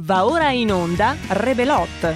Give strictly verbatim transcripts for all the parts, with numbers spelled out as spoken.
Va ora in onda Rebelot.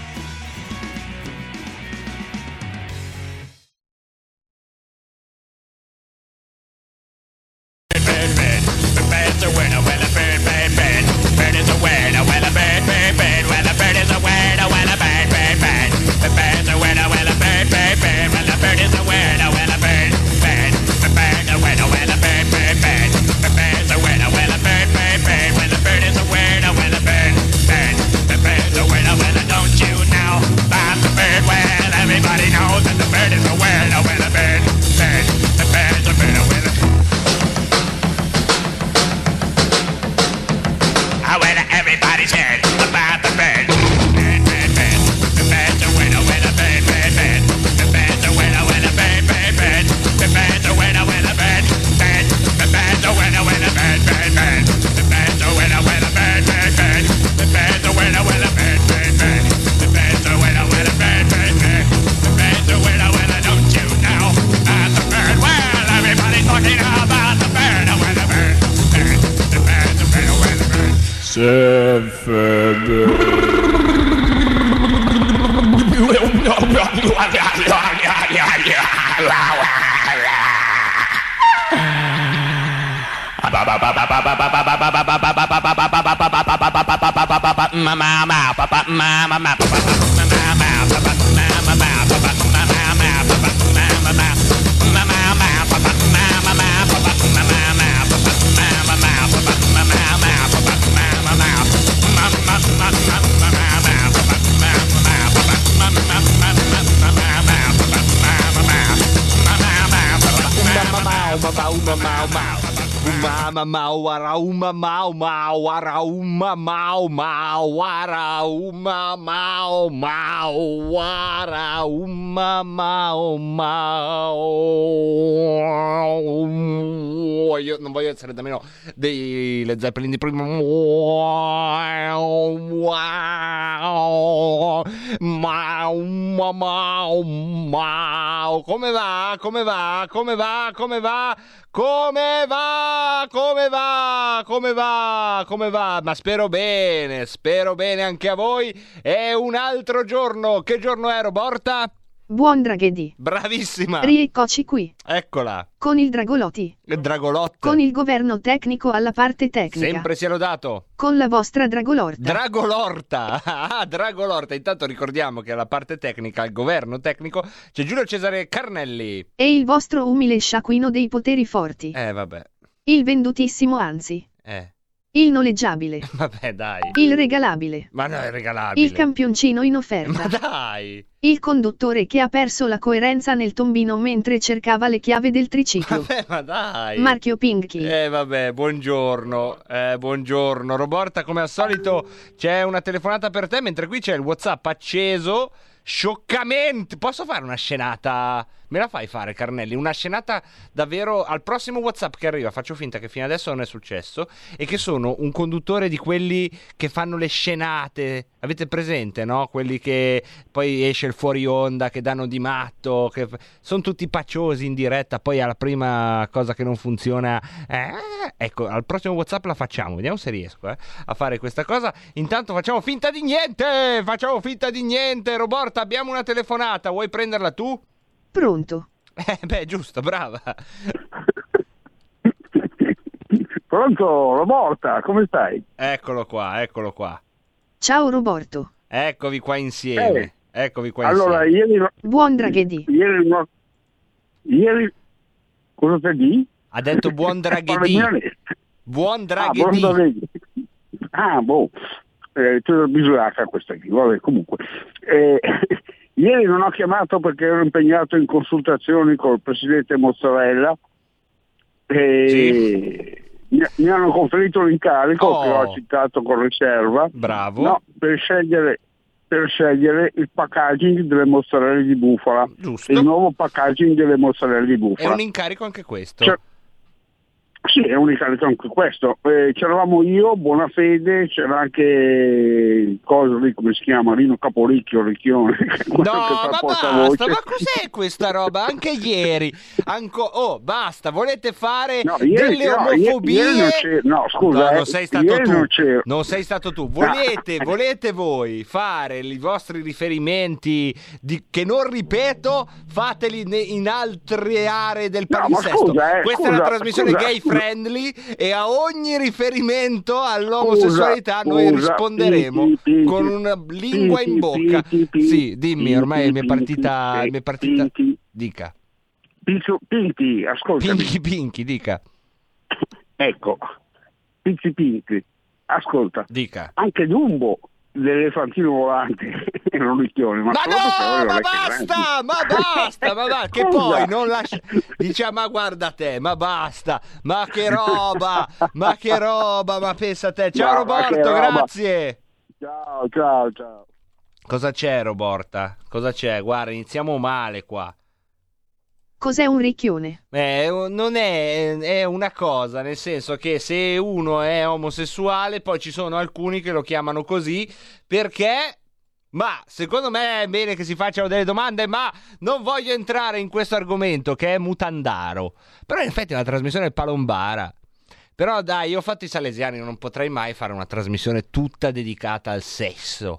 Mau arauma mau mau arauma mau mau arauma mau mau arauma mau mau. Io non voglio essere nemmeno dei Led Zeppelin di prima. Mau mau mau mau. Come va? Come va? Come va? Come va? Come va? Come va? Come va? Come va? Ma spero bene, spero bene anche a voi. È un altro giorno. Che giorno è, Roborta? Buon dragedì. Bravissima. Rieccoci qui. Eccola. Con il Dragolotti. Dragolotte. Con il governo tecnico alla parte tecnica. Sempre sia lodato. Con la vostra Dragolorta. Dragolorta. Ah, Dragolorta. Intanto ricordiamo che alla parte tecnica, al governo tecnico, c'è Giulio Cesare Carnelli. E il vostro umile sciacquino dei poteri forti. Eh, vabbè. Il vendutissimo, anzi. Eh. Il noleggiabile. Vabbè, dai. Il regalabile. Ma no, è regalabile. Il campioncino in offerta. Ma dai. Il conduttore che ha perso la coerenza nel tombino mentre cercava le chiavi del triciclo. Vabbè, ma dai. Marchio Pinky. Eh, vabbè, buongiorno. Eh, buongiorno. Roborta, come al solito c'è una telefonata per te, mentre qui c'è il WhatsApp acceso. Scioccamente. Posso fare una scenata? Me la fai fare, Carnelli? Una scenata davvero al prossimo WhatsApp che arriva. Faccio finta che fino adesso non è successo e che sono un conduttore di quelli che fanno le scenate. Avete presente, no? Quelli che poi esce il fuori onda, che danno di matto, che sono tutti pacciosi in diretta, poi alla prima cosa che non funziona, eh, ecco, al prossimo WhatsApp la facciamo. Vediamo se riesco eh, a fare questa cosa. Intanto facciamo finta di niente. Facciamo finta di niente. Roborta, abbiamo una telefonata. Vuoi prenderla tu? Pronto. Eh, beh, giusto, brava. Pronto, Roborta, come stai? Eccolo qua, eccolo qua. Ciao Roborto. Eccovi qua insieme. Eh, Eccovi qua allora, insieme. ieri... Buon dragedì. Ieri... No, ieri... Cosa stai di? Ha detto buon dragedì. Buon dragedì. Ah, buon dragedì. Ah, boh. Eh, tu bisogna questa qui, vabbè, comunque. Eh... Ieri non ho chiamato perché ero impegnato in consultazioni col presidente Mozzarella e sì. mi, mi hanno conferito l'incarico oh. che ho accettato con riserva. Bravo. No, per scegliere, per scegliere il packaging delle mozzarelle di bufala. Giusto. Il nuovo packaging delle mozzarelle di bufala. È un incarico anche questo. Cioè, Sì, è un incarico anche questo. Eh, c'eravamo io, Bonafede, c'era anche cosa lì, come si chiama? Rino Caporicchio, Ricchione. No, ma basta, ma cos'è questa roba? Anche ieri, anco... oh, basta, volete fare no, ieri, delle no, omofobie? Ieri non c'era, no, scusa, no, eh, non sei stato ieri tu, non, c'era. non sei stato tu. Volete, volete voi fare i vostri riferimenti di... che non ripeto, fateli in altre aree del No, ma palinsesto. scusa, eh, Questa scusa, è una trasmissione scusa, gay scusa. friendly e a ogni riferimento all'omosessualità Scusa, noi scusa, risponderemo pinti, pinti, con una lingua in bocca. pinti, pinti, Sì, dimmi, ormai mi è pinti, partita, mi è partita... pinti. Dica. Pinti, pinti, ascoltami. Pinky Pinky, dica. Ecco, Pinti Pinti, ascolta, Dica. anche Dumbo, l'elefantino volante, è un ricchione. Ma, Ma solo perché aveva no, le ma orecchie basta, grandi. ma basta, ma basta, che Scusa. poi non lascia... Dice, ma guarda te, ma basta, ma che roba, ma che roba, ma pensa a te. Ciao Ma- ma che Roberto, roba. grazie. Ciao, ciao, ciao. Cosa c'è Roborta? Cosa c'è? Guarda, iniziamo male qua. Cos'è un ricchione? Eh, non è, è una cosa, nel senso che se uno è omosessuale, poi ci sono alcuni che lo chiamano così perché, ma secondo me è bene che si facciano delle domande, ma non voglio entrare in questo argomento che è mutandaro. Però in effetti è una trasmissione palombara. Però dai, io ho fatto i salesiani, non potrei mai fare una trasmissione tutta dedicata al sesso.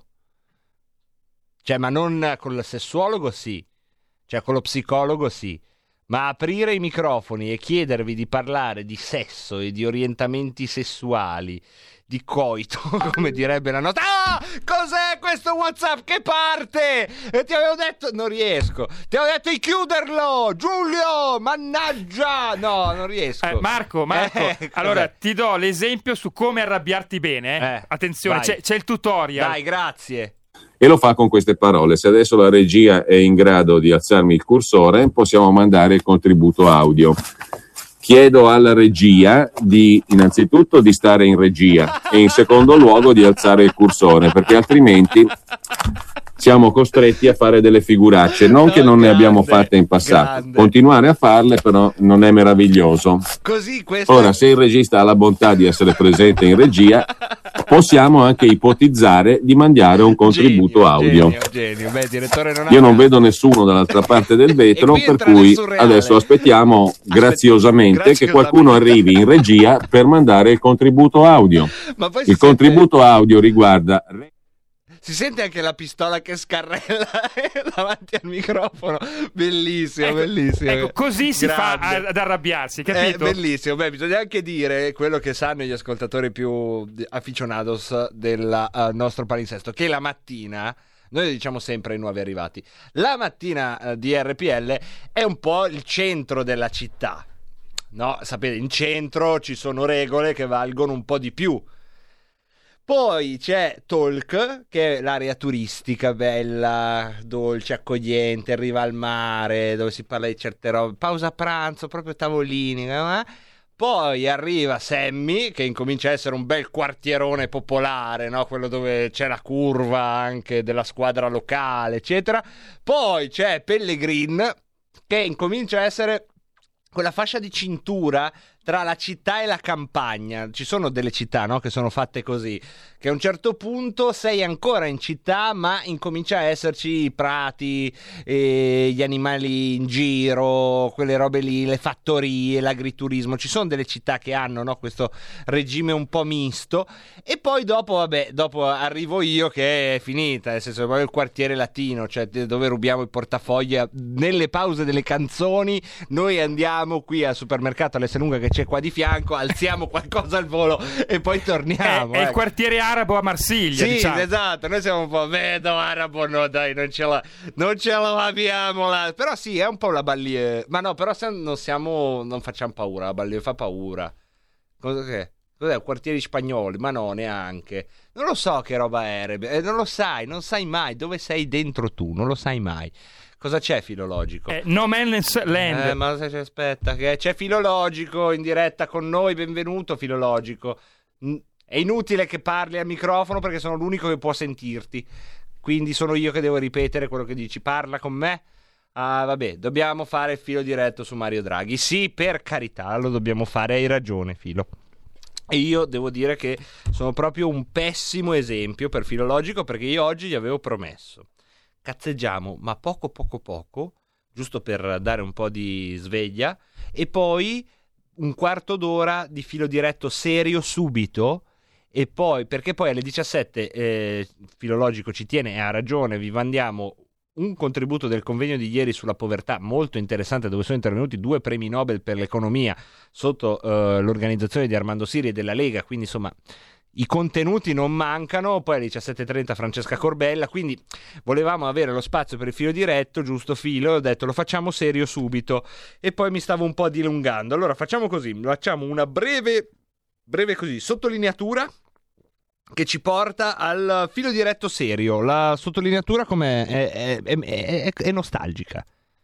Cioè, ma non con il sessuologo sì, cioè con lo psicologo sì. Ma aprire i microfoni e chiedervi di parlare di sesso e di orientamenti sessuali, di coito, come direbbe la nota. Ah! Cos'è questo WhatsApp che parte? E ti avevo detto, non riesco. Ti avevo detto di chiuderlo, Giulio, mannaggia. No, non riesco. Eh, Marco, Marco, Eh, allora cos'è? ti do l'esempio su come arrabbiarti bene. Eh? Eh, Attenzione, vai. c'è, c'è il tutorial. Dai, grazie. E lo fa con queste parole: se adesso la regia è in grado di alzarmi il cursore, possiamo mandare il contributo audio. Chiedo alla regia di innanzitutto di stare in regia e in secondo luogo di alzare il cursore, perché altrimenti siamo costretti a fare delle figuracce, non No, che non ne grande, abbiamo fatte in passato. grande. Continuare a farle però non è meraviglioso. Così questo Ora, se il regista ha la bontà di essere presente in regia, possiamo anche ipotizzare di mandare un contributo Genio, audio. Genio, genio. Beh, direttore non ha Io non caso. vedo nessuno dall'altra parte del vetro, E qui per entra cui nel surreale. adesso aspettiamo graziosamente che graziosamente. qualcuno arrivi in regia per mandare il contributo audio. Ma poi si Il sente- contributo audio riguarda Si sente anche la pistola che scarrella davanti al microfono. Bellissimo, Ecco, bellissimo. ecco, così si fa Grande. a- ad arrabbiarsi, È capito? bellissimo. Beh, bisogna anche dire quello che sanno gli ascoltatori più aficionados del uh, nostro palinsesto, che la mattina, noi lo diciamo sempre ai nuovi arrivati, la mattina uh, di R P L è un po' il centro della città. No, sapete, in centro ci sono regole che valgono un po' di più. Poi c'è Talk, che è l'area turistica bella, dolce, accogliente, arriva al mare, dove si parla di certe robe, pausa pranzo, proprio tavolini. Eh? Poi arriva Sammy, che incomincia a essere un bel quartierone popolare, no? Quello dove c'è la curva anche della squadra locale, eccetera. Poi c'è Pellegrin, che incomincia a essere quella fascia di cintura tra la città e la campagna. Ci sono delle città, no, che sono fatte così, che a un certo punto sei ancora in città, ma incomincia a esserci i prati, e gli animali in giro, quelle robe lì, le fattorie, l'agriturismo. Ci sono delle città che hanno, no, questo regime un po' misto. E poi dopo, vabbè, dopo arrivo io che è finita, nel senso, proprio il quartiere latino, cioè dove rubiamo i portafogli nelle pause delle canzoni. Noi andiamo qui al supermercato all'Esselunga che c'è qua di fianco, alziamo qualcosa al volo e poi torniamo. È, è il ecco. quartiere arabo a Marsiglia, Sì, diciamo. esatto, noi siamo un po' vedo arabo, no dai, non ce la, non ce la abbiamo là. Però sì, è un po' la Ballie, ma no, però se non siamo, non facciamo paura, la Ballie fa paura. Cosa che? Cos'è, quartieri spagnoli? Ma no, neanche. Non lo so che roba è, eh, non lo sai, non sai mai dove sei dentro tu, non lo sai mai. Cosa c'è filologico? Eh, no Man's Land. Eh, ma se- aspetta, che c'è filologico in diretta con noi, benvenuto filologico. Mm, È inutile che parli al microfono perché sono l'unico che può sentirti. Quindi sono io che devo ripetere quello che dici. Parla con me. Ah, vabbè, dobbiamo fare il filo diretto su Mario Draghi. Sì, per carità, lo dobbiamo fare, hai ragione, Filo. E io devo dire che sono proprio un pessimo esempio per filologico, perché io oggi gli avevo promesso. Cazzeggiamo, ma poco poco poco, giusto per dare un po' di sveglia, e poi un quarto d'ora di filo diretto serio subito. E poi, perché poi alle diciassette eh, filologico ci tiene e ha ragione, vi mandiamo un contributo del convegno di ieri sulla povertà molto interessante, dove sono intervenuti due premi Nobel per l'economia sotto eh, l'organizzazione di Armando Siri e della Lega, quindi insomma i contenuti non mancano. Poi alle diciassette e trenta Francesca Corbella, quindi volevamo avere lo spazio per il filo diretto, giusto Filo, ho detto lo facciamo serio subito, e poi mi stavo un po' dilungando. Allora facciamo così, facciamo una breve breve così sottolineatura che ci porta al filo diretto serio. La sottolineatura com'è? È, è, è, è, è nostalgica.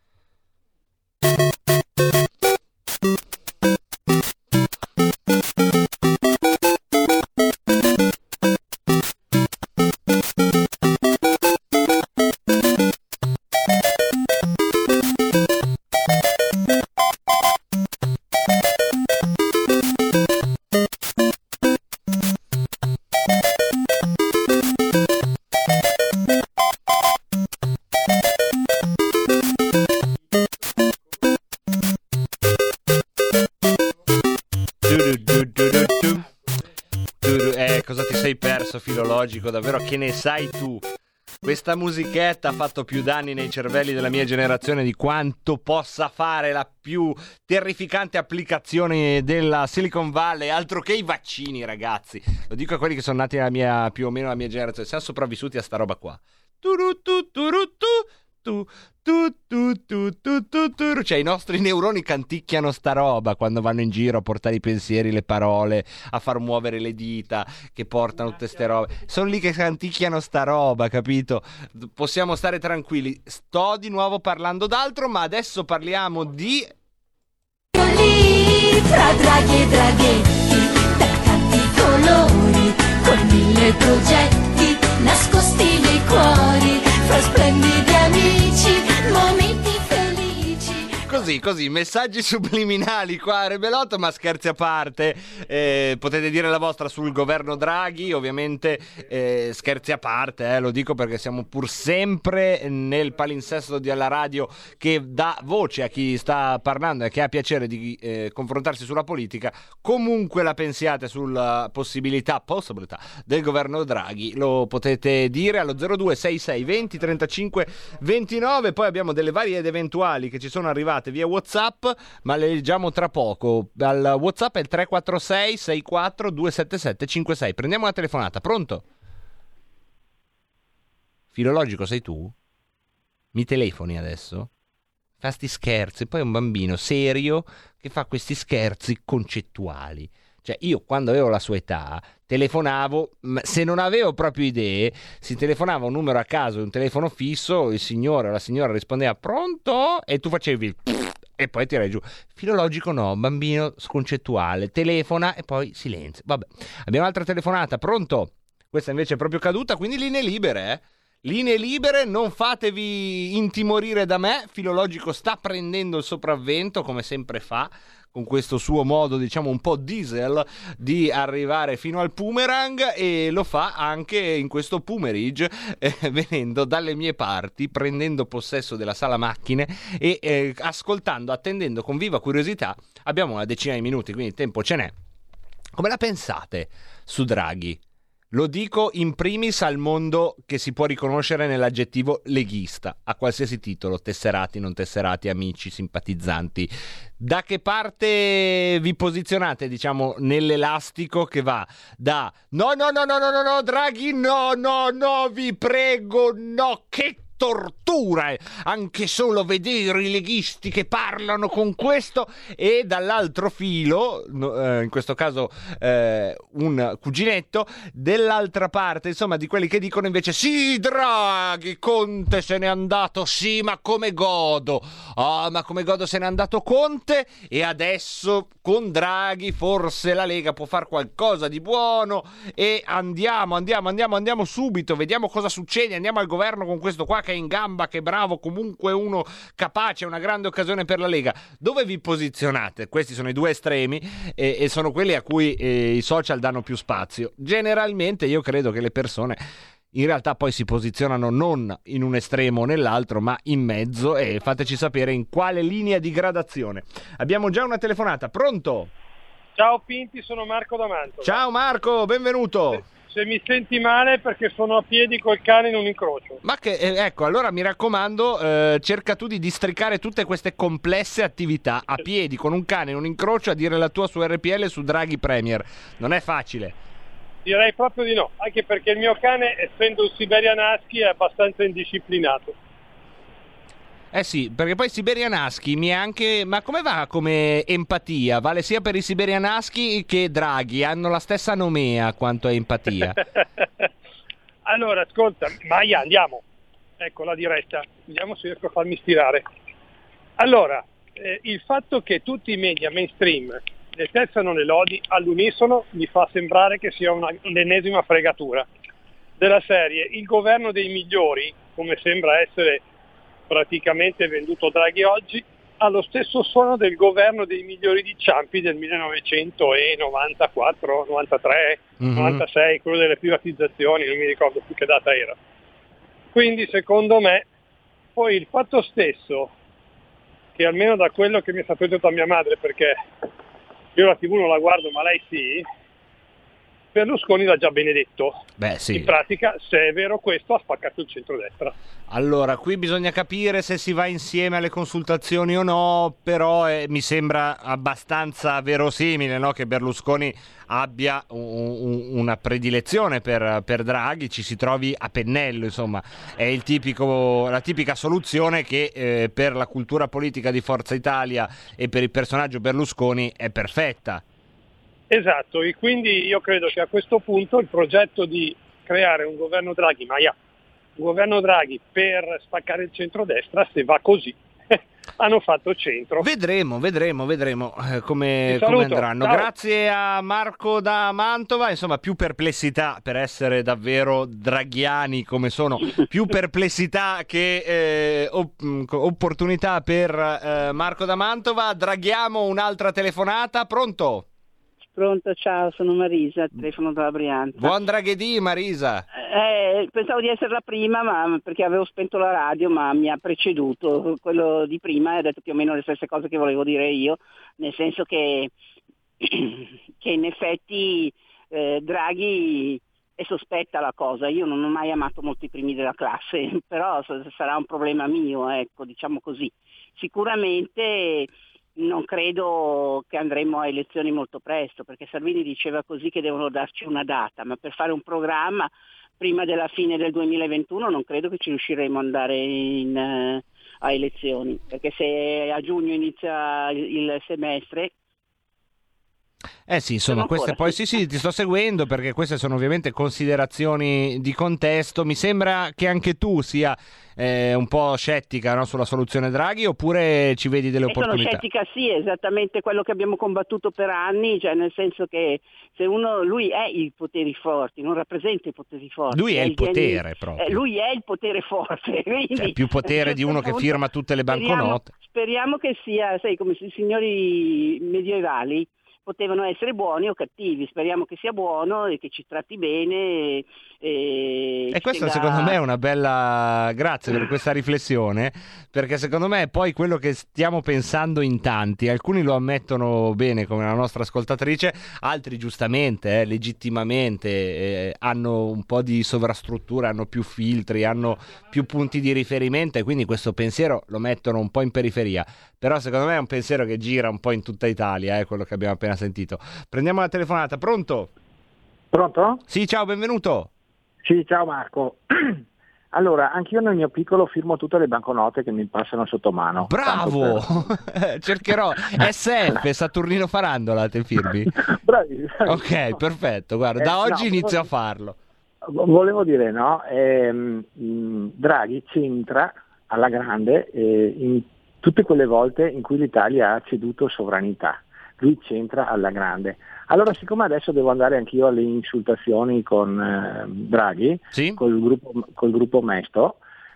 Filologico, davvero, che ne sai tu? Questa musichetta ha fatto più danni nei cervelli della mia generazione di quanto possa fare la più terrificante applicazione della Silicon Valley, altro che i vaccini, ragazzi. Lo dico a quelli che sono nati nella mia, più o meno la mia generazione, siamo sopravvissuti a sta roba qua. Turu tu turu tu tu tu tu tu tu tu tu. Cioè i nostri neuroni canticchiano sta roba quando vanno in giro a portare i pensieri, le parole, a far muovere le dita che portano tutte ste robe. Sono lì che canticchiano sta roba, capito? Possiamo stare tranquilli. Sto di nuovo parlando d'altro, ma adesso parliamo di lì fra draghi e draghetti, da tanti colori, con mille progetti nascosti nei cuori, fra splendidi amici, momenti felici. Così, così, messaggi subliminali qua a Rebelotto, ma scherzi a parte, eh, potete dire la vostra sul governo Draghi, ovviamente eh, scherzi a parte, eh, lo dico perché siamo pur sempre nel palinsesto della radio che dà voce a chi sta parlando e che ha piacere di eh, confrontarsi sulla politica. Comunque la pensiate sulla possibilità, possibilità del governo Draghi, lo potete dire allo zero due sei sei venti trentacinque ventinove. Poi abbiamo delle varie ed eventuali che ci sono arrivate via WhatsApp, ma le leggiamo tra poco. Al WhatsApp è il tre quattro sei sei quattro due sette sette cinque sei. Prendiamo una telefonata. Pronto? Filologico sei tu? Mi telefoni adesso? Fa sti scherzi, poi è un bambino serio che fa questi scherzi concettuali. Cioè io quando avevo la sua età telefonavo, se non avevo proprio idee, si telefonava un numero a caso, un telefono fisso, il signore o la signora rispondeva pronto e tu facevi il e poi tirai giù. Filologico no, bambino concettuale, telefona e poi silenzio. Vabbè, abbiamo un'altra telefonata, pronto? Questa invece è proprio caduta, quindi linee libere, eh? Linee libere, non fatevi intimorire da me, Filologico sta prendendo il sopravvento come sempre fa, con questo suo modo diciamo un po' diesel di arrivare fino al Boomerang, e lo fa anche in questo pomeriggio eh, venendo dalle mie parti, prendendo possesso della sala macchine e eh, ascoltando, attendendo con viva curiosità. Abbiamo una decina di minuti, quindi tempo ce n'è. Come la pensate su Draghi? Lo dico in primis al mondo che si può riconoscere nell'aggettivo leghista, a qualsiasi titolo, tesserati, non tesserati, amici, simpatizzanti. Da che parte vi posizionate, diciamo, nell'elastico che va da no, no, no, no, no, no, no, Draghi, no, no, no, vi prego, no, che tortura anche solo vedere i leghisti che parlano con questo, e dall'altro filo eh, in questo caso eh, un cuginetto dell'altra parte, insomma, di quelli che dicono invece sì, Draghi, Conte se n'è andato, sì, ma come godo, ah, ma come godo se n'è andato Conte, e adesso con Draghi forse la Lega può fare qualcosa di buono, e andiamo, andiamo, andiamo, andiamo subito, vediamo cosa succede, andiamo al governo con questo qua che è in gamba, che è bravo, comunque uno capace, una grande occasione per la Lega. Dove vi posizionate? Questi sono i due estremi e, e sono quelli a cui eh, i social danno più spazio. Generalmente io credo che le persone in realtà poi si posizionano non in un estremo o nell'altro, ma in mezzo, e fateci sapere in quale linea di gradazione. Abbiamo già una telefonata, pronto? Ciao Pinti, sono Marco da Mantova. Ciao Marco, benvenuto. Se, se mi senti male perché sono a piedi col cane in un incrocio. Ma che, eh, ecco, allora mi raccomando, eh, cerca tu di districare tutte queste complesse attività a piedi con un cane in un incrocio a dire la tua su R P L su Draghi Premier. Non è facile. Direi proprio di no, anche perché il mio cane, essendo un Siberian Husky, è abbastanza indisciplinato. Eh sì, perché poi Siberian Husky mi è anche... Ma come va come empatia? Vale sia per i Siberian Husky che Draghi, hanno la stessa nomea quanto a empatia. Allora, ascolta, Maia, andiamo. Ecco la diretta, vediamo se riesco a farmi stirare. Allora, eh, il fatto che tutti i media mainstream detezzano le lodi all'unisono mi fa sembrare che sia una, l'ennesima fregatura della serie. Il governo dei migliori, come sembra essere praticamente venduto Draghi oggi, ha lo stesso suono del governo dei migliori di Ciampi del millenovecentonovantaquattro, novantatré, mm-hmm. novantasei, quello delle privatizzazioni, non mi ricordo più che data era. Quindi secondo me, poi il fatto stesso, che almeno da quello che mi è stato detto da mia madre, perché io la tivù non la guardo ma lei sì, Berlusconi l'ha già benedetto. Beh, sì. In pratica, se è vero questo, ha spaccato il centrodestra. Allora, qui bisogna capire se si va insieme alle consultazioni o no, però eh, mi sembra abbastanza verosimile, no, che Berlusconi abbia un, un, una predilezione per, per Draghi, ci si trovi a pennello, insomma, è il tipico, la tipica soluzione che eh, per la cultura politica di Forza Italia e per il personaggio Berlusconi è perfetta. Esatto, e quindi io credo che a questo punto il progetto di creare un governo Draghi, ma yeah, un governo Draghi per spaccare il centrodestra, se va così, hanno fatto centro. Vedremo, vedremo, vedremo eh, come, Ti saluto, come andranno. ciao. Grazie a Marco da Mantova, insomma più perplessità per essere davvero draghiani come sono, più perplessità che eh, op- opportunità per eh, Marco da Mantova. Draghiamo un'altra telefonata, pronto? Pronto, ciao, sono Marisa, telefono dalla Brianza. Buon draghedì Marisa. Eh, pensavo di essere la prima, ma perché avevo spento la radio, ma mi ha preceduto quello di prima e ha detto più o meno le stesse cose che volevo dire io, nel senso che, che in effetti eh, Draghi è sospetta la cosa. Io non ho mai amato molto i primi della classe, però sarà un problema mio, ecco, diciamo così. Sicuramente non credo che andremo a elezioni molto presto, perché Salvini diceva così che devono darci una data, ma per fare un programma prima della fine del duemilaventuno non credo che ci riusciremo ad andare in, uh, a elezioni, perché se a giugno inizia il semestre. Eh sì, insomma, Ancora, queste poi sì. sì, sì, ti sto seguendo perché queste sono ovviamente considerazioni di contesto. Mi sembra che anche tu sia eh, un po' scettica, no, sulla soluzione Draghi, oppure ci vedi delle E sono opportunità? scettica, sì, è esattamente quello che abbiamo combattuto per anni, cioè nel senso che se uno, lui è i poteri forti, non rappresenta i poteri forti. Lui è il potere eh, proprio. lui è il potere forte, quindi, Cioè, più potere di uno che punto, firma tutte le banconote. Speriamo, speriamo che sia, sai, come i signori medievali potevano essere buoni o cattivi, speriamo che sia buono e che ci tratti bene. E, E questa tenga... secondo me è una bella... Grazie per questa riflessione, perché secondo me è poi quello che stiamo pensando in tanti. Alcuni lo ammettono bene, come la nostra ascoltatrice, altri giustamente, eh, legittimamente, eh, hanno un po' di sovrastruttura, hanno più filtri, hanno più punti di riferimento e quindi questo pensiero lo mettono un po' in periferia. Però secondo me è un pensiero che gira un po' in tutta Italia, eh, quello che abbiamo appena sentito. Prendiamo la telefonata, pronto? Pronto? Sì, ciao, benvenuto. Sì, ciao Marco. Allora, anch'io nel mio piccolo firmo tutte le banconote che mi passano sotto mano. Bravo! Per... Cercherò. S F, Saturnino Farandola, te firmi? Bravi, bravi. Ok, perfetto, guarda, da Eh, oggi no, inizio volevo... a farlo. Volevo dire, no, ehm, Draghi c'entra alla grande eh, in tutte quelle volte in cui l'Italia ha ceduto sovranità. Lui c'entra alla grande. Allora, siccome adesso devo andare anch'io alle insultazioni con eh, Draghi, sì? col gruppo, col gruppo Mesto,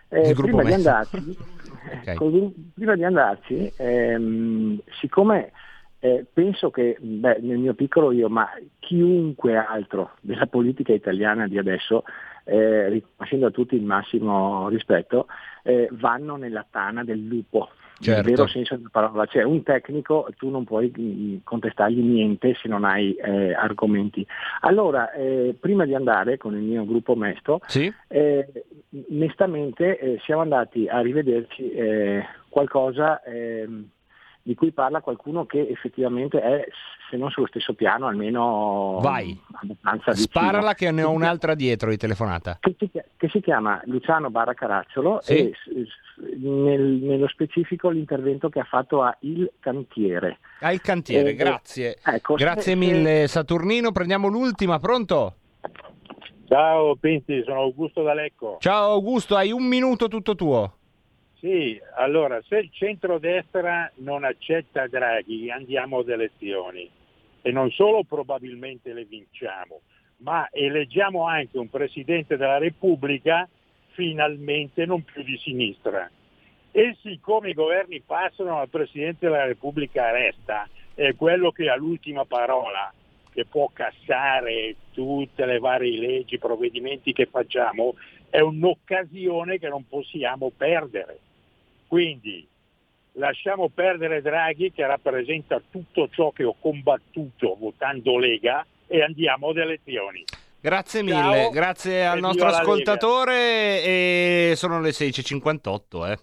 Eh, Il gruppo prima, di messo. andarci, Ok. così, prima di andarci, ehm, siccome eh, penso che beh, nel mio piccolo io, ma chiunque altro della politica italiana di adesso, eh, riconoscendo a tutti il massimo rispetto, eh, vanno nella tana del lupo. Certo. Nel vero senso della parola, cioè un tecnico tu non puoi mh, contestargli niente se non hai eh, argomenti. Allora, eh, prima di andare con il mio gruppo mesto, Sì? eh, onestamente eh, siamo andati a rivederci eh, qualcosa ehm, di cui parla qualcuno che effettivamente è, se non sullo stesso piano, almeno Vai. abbastanza vicino. Sparala che ne ho un'altra dietro di telefonata. Che si, che si chiama Luciano Barra Caracciolo Sì. e s- nel- nello specifico l'intervento che ha fatto a Il Cantiere. Ah, il cantiere, Eh, grazie. ecco, Grazie se- mille Saturnino, prendiamo l'ultima, pronto? Ciao Pinti, sono Augusto D'Alecco. Ciao Augusto, hai un minuto tutto tuo. Sì, allora se il centrodestra non accetta Draghi andiamo ad elezioni e non solo probabilmente le vinciamo, ma eleggiamo anche un Presidente della Repubblica finalmente non più di sinistra. E siccome i governi passano, al Presidente della Repubblica resta, è quello che ha l'ultima parola, che può cassare tutte le varie leggi, provvedimenti che facciamo, è un'occasione che non possiamo perdere. Quindi lasciamo perdere Draghi, che rappresenta tutto ciò che ho combattuto votando Lega, e andiamo ad elezioni. Grazie Ciao, mille, grazie al e nostro viva la ascoltatore e sono le sedici e cinquantotto, eh.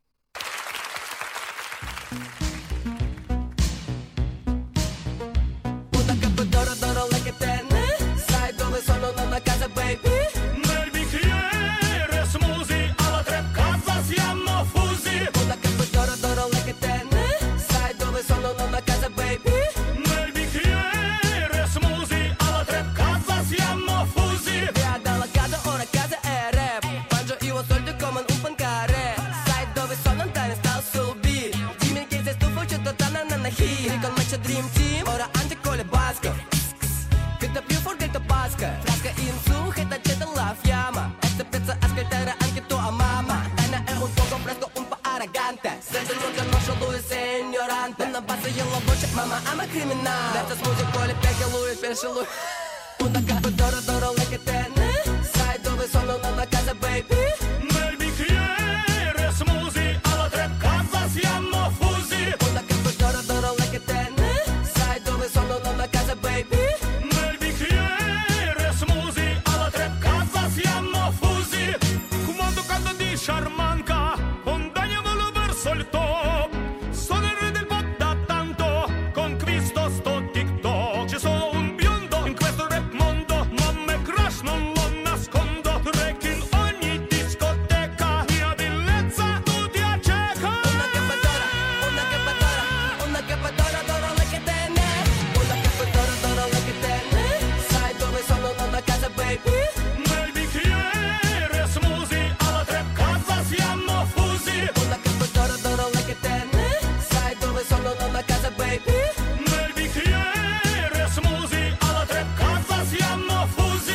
Sai dove sono, non a casa baby. Nel bicchiere smoothie, alla tre casa siamo fusi. Una capo d'oro, d'oro le che tenne. Sai dove sono, non a casa baby. Nel bicchiere smoothie, alla tre casa siamo fusi. Via dalla casa, ora casa è rap. Mangio io ho soldi come un pancare. Sai dove sono, andare sta sul beat. Dimmi che sei stufo, c'è tutta una nana hit. Con me c'è Dream Team, ora anche con le basche. Cât più forte che pasca, frasca in su che da c'è della fiamma. E se pensa ascoltare anche tua mamma. Dana è un fuoco fresco, un po' arrogante. Senza non conosce lui sei ignorante. Una base io la voce, mamma ama criminale. Detta smoothie poi le pecche lui, pesce lui. Una capa d'oro, d'oro le che tenne. Sai dove sono, non a casa baby. Nel bicchiere smoothie, alla tre casa siamo fusi. Una capa d'oro, d'oro le che tenne. Sai dove sono, non a casa baby. Sciarmanca, condagliamolo verso il top. Sono il re del pop da tanto, conquisto sto TikTok. Ci sono un biondo in questo rap mondo, ma me crush non lo nascondo. Drake in ogni discoteca, mia bellezza tu ti acceca. Una capa d'oro, una capa d'oro, una capa d'oro, d'oro le che tenne. Una capa d'oro, d'oro le che tenne. Sai dove sono, non a casa baby. Nel bicchiere smoothie, alla tre casa siamo fusi. Una capa d'oro, d'oro le che tenne. Sai dove sono, non a casa baby. Nel bicchiere smoothie, alla tre casa siamo fusi.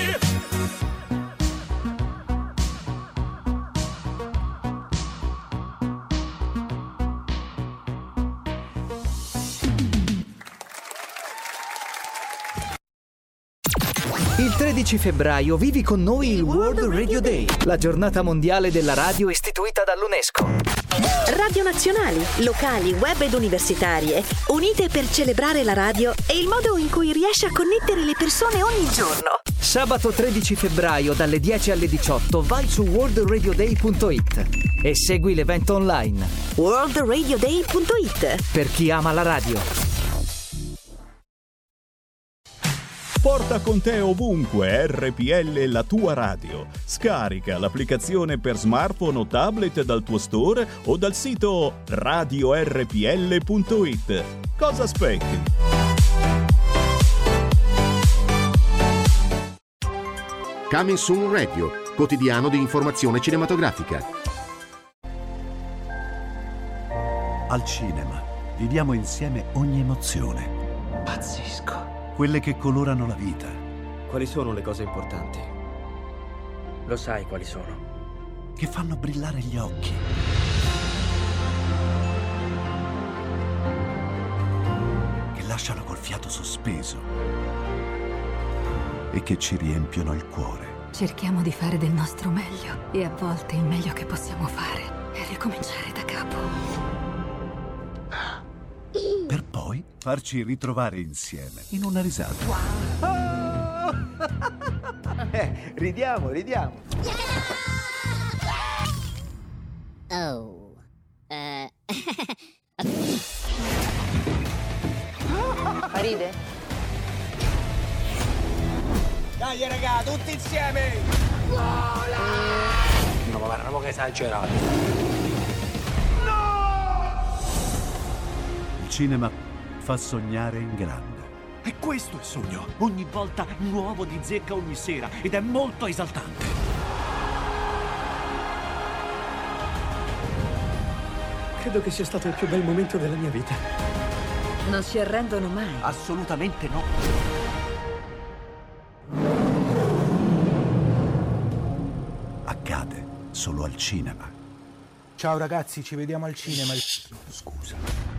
Il tredici febbraio vivi con noi il World Radio Day, la giornata mondiale della radio istituita dall'UNESCO. Radio nazionali, locali, web ed universitarie, unite per celebrare la radio e il modo in cui riesce a connettere le persone ogni giorno. Sabato tredici febbraio dalle dieci alle diciotto vai su world radio day punto it e segui l'evento online. world radio day punto it. Per chi ama la radio. Porta con te ovunque R P L, la tua radio. Scarica l'applicazione per smartphone o tablet dal tuo store o dal sito radio r p l punto it. Cosa aspetti? Coming Soon Radio, quotidiano di informazione cinematografica. Al cinema viviamo insieme ogni emozione. Pazzesco. Quelle che colorano la vita. Quali sono le cose importanti? Lo sai quali sono. che fanno brillare gli occhi. Che lasciano col fiato sospeso e che ci riempiono il cuore. Cerchiamo di fare del nostro meglio e a volte il meglio che possiamo fare è ricominciare da capo. Per poi farci ritrovare insieme in una risata. Eh, ridiamo, ridiamo. Oh. Eh. Ride? Dai raga, tutti insieme! Vola! No, ma guarda, ma che esagerato. Il cinema fa sognare in grande. E questo è il sogno. Ogni volta nuovo di zecca ogni sera. Ed è molto esaltante. Credo che sia stato il più bel momento della mia vita. Non si arrendono mai. Assolutamente no. Accade solo al cinema. Ciao ragazzi, ci vediamo al cinema. Scusa.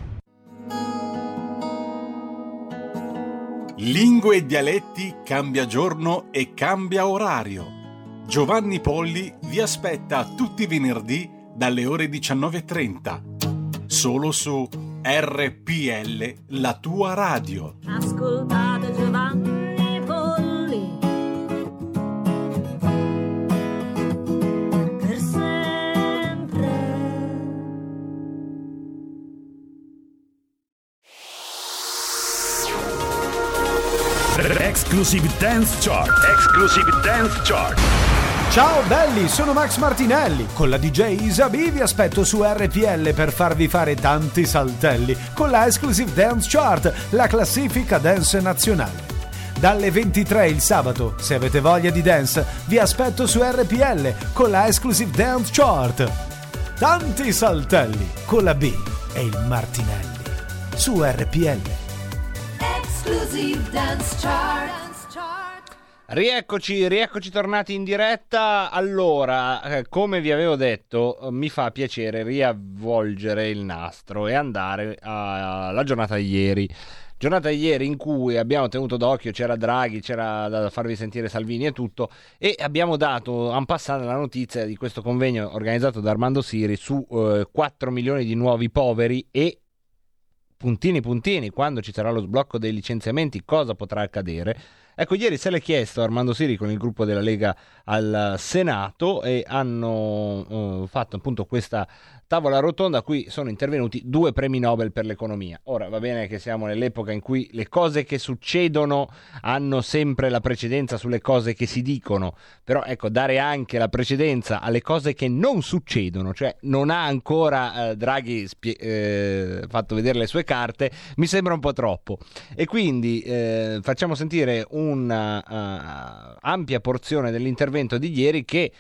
Lingue e dialetti cambia giorno e cambia orario. Giovanni Polli vi aspetta tutti i venerdì dalle ore diciannove e trenta. Solo su R P L, la tua radio. Ascoltate Giovanni Polli. Per sempre. Exclusive Dance Chart. Exclusive Dance Chart. Ciao belli, sono Max Martinelli. Con la D J Isabi vi aspetto su R P L per farvi fare tanti saltelli con la Exclusive Dance Chart, la classifica dance nazionale. Dalle ventitré il sabato, se avete voglia di dance, vi aspetto su R P L con la Exclusive Dance Chart. Tanti saltelli con la B e il Martinelli su R P L. Exclusive Dance Chart. Rieccoci, rieccoci tornati in diretta. Allora, eh, come vi avevo detto, eh, mi fa piacere riavvolgere il nastro e andare alla giornata di ieri. Giornata di ieri in cui abbiamo tenuto d'occhio, c'era Draghi, c'era da farvi sentire Salvini e tutto, e abbiamo dato en passant la notizia di questo convegno organizzato da Armando Siri su eh, quattro milioni di nuovi poveri e puntini puntini, quando ci sarà lo sblocco dei licenziamenti cosa potrà accadere. Ecco, ieri se l'è chiesto Armando Siri con il gruppo della Lega al Senato e hanno uh, fatto appunto questa tavola rotonda a cui sono intervenuti due premi Nobel per l'economia. Ora va bene che siamo nell'epoca in cui le cose che succedono hanno sempre la precedenza sulle cose che si dicono, però ecco, dare anche la precedenza alle cose che non succedono, cioè non ha ancora eh, Draghi spie- eh, fatto vedere le sue carte, mi sembra un po' troppo. E quindi eh, facciamo sentire una uh, ampia porzione dell'intervento di ieri che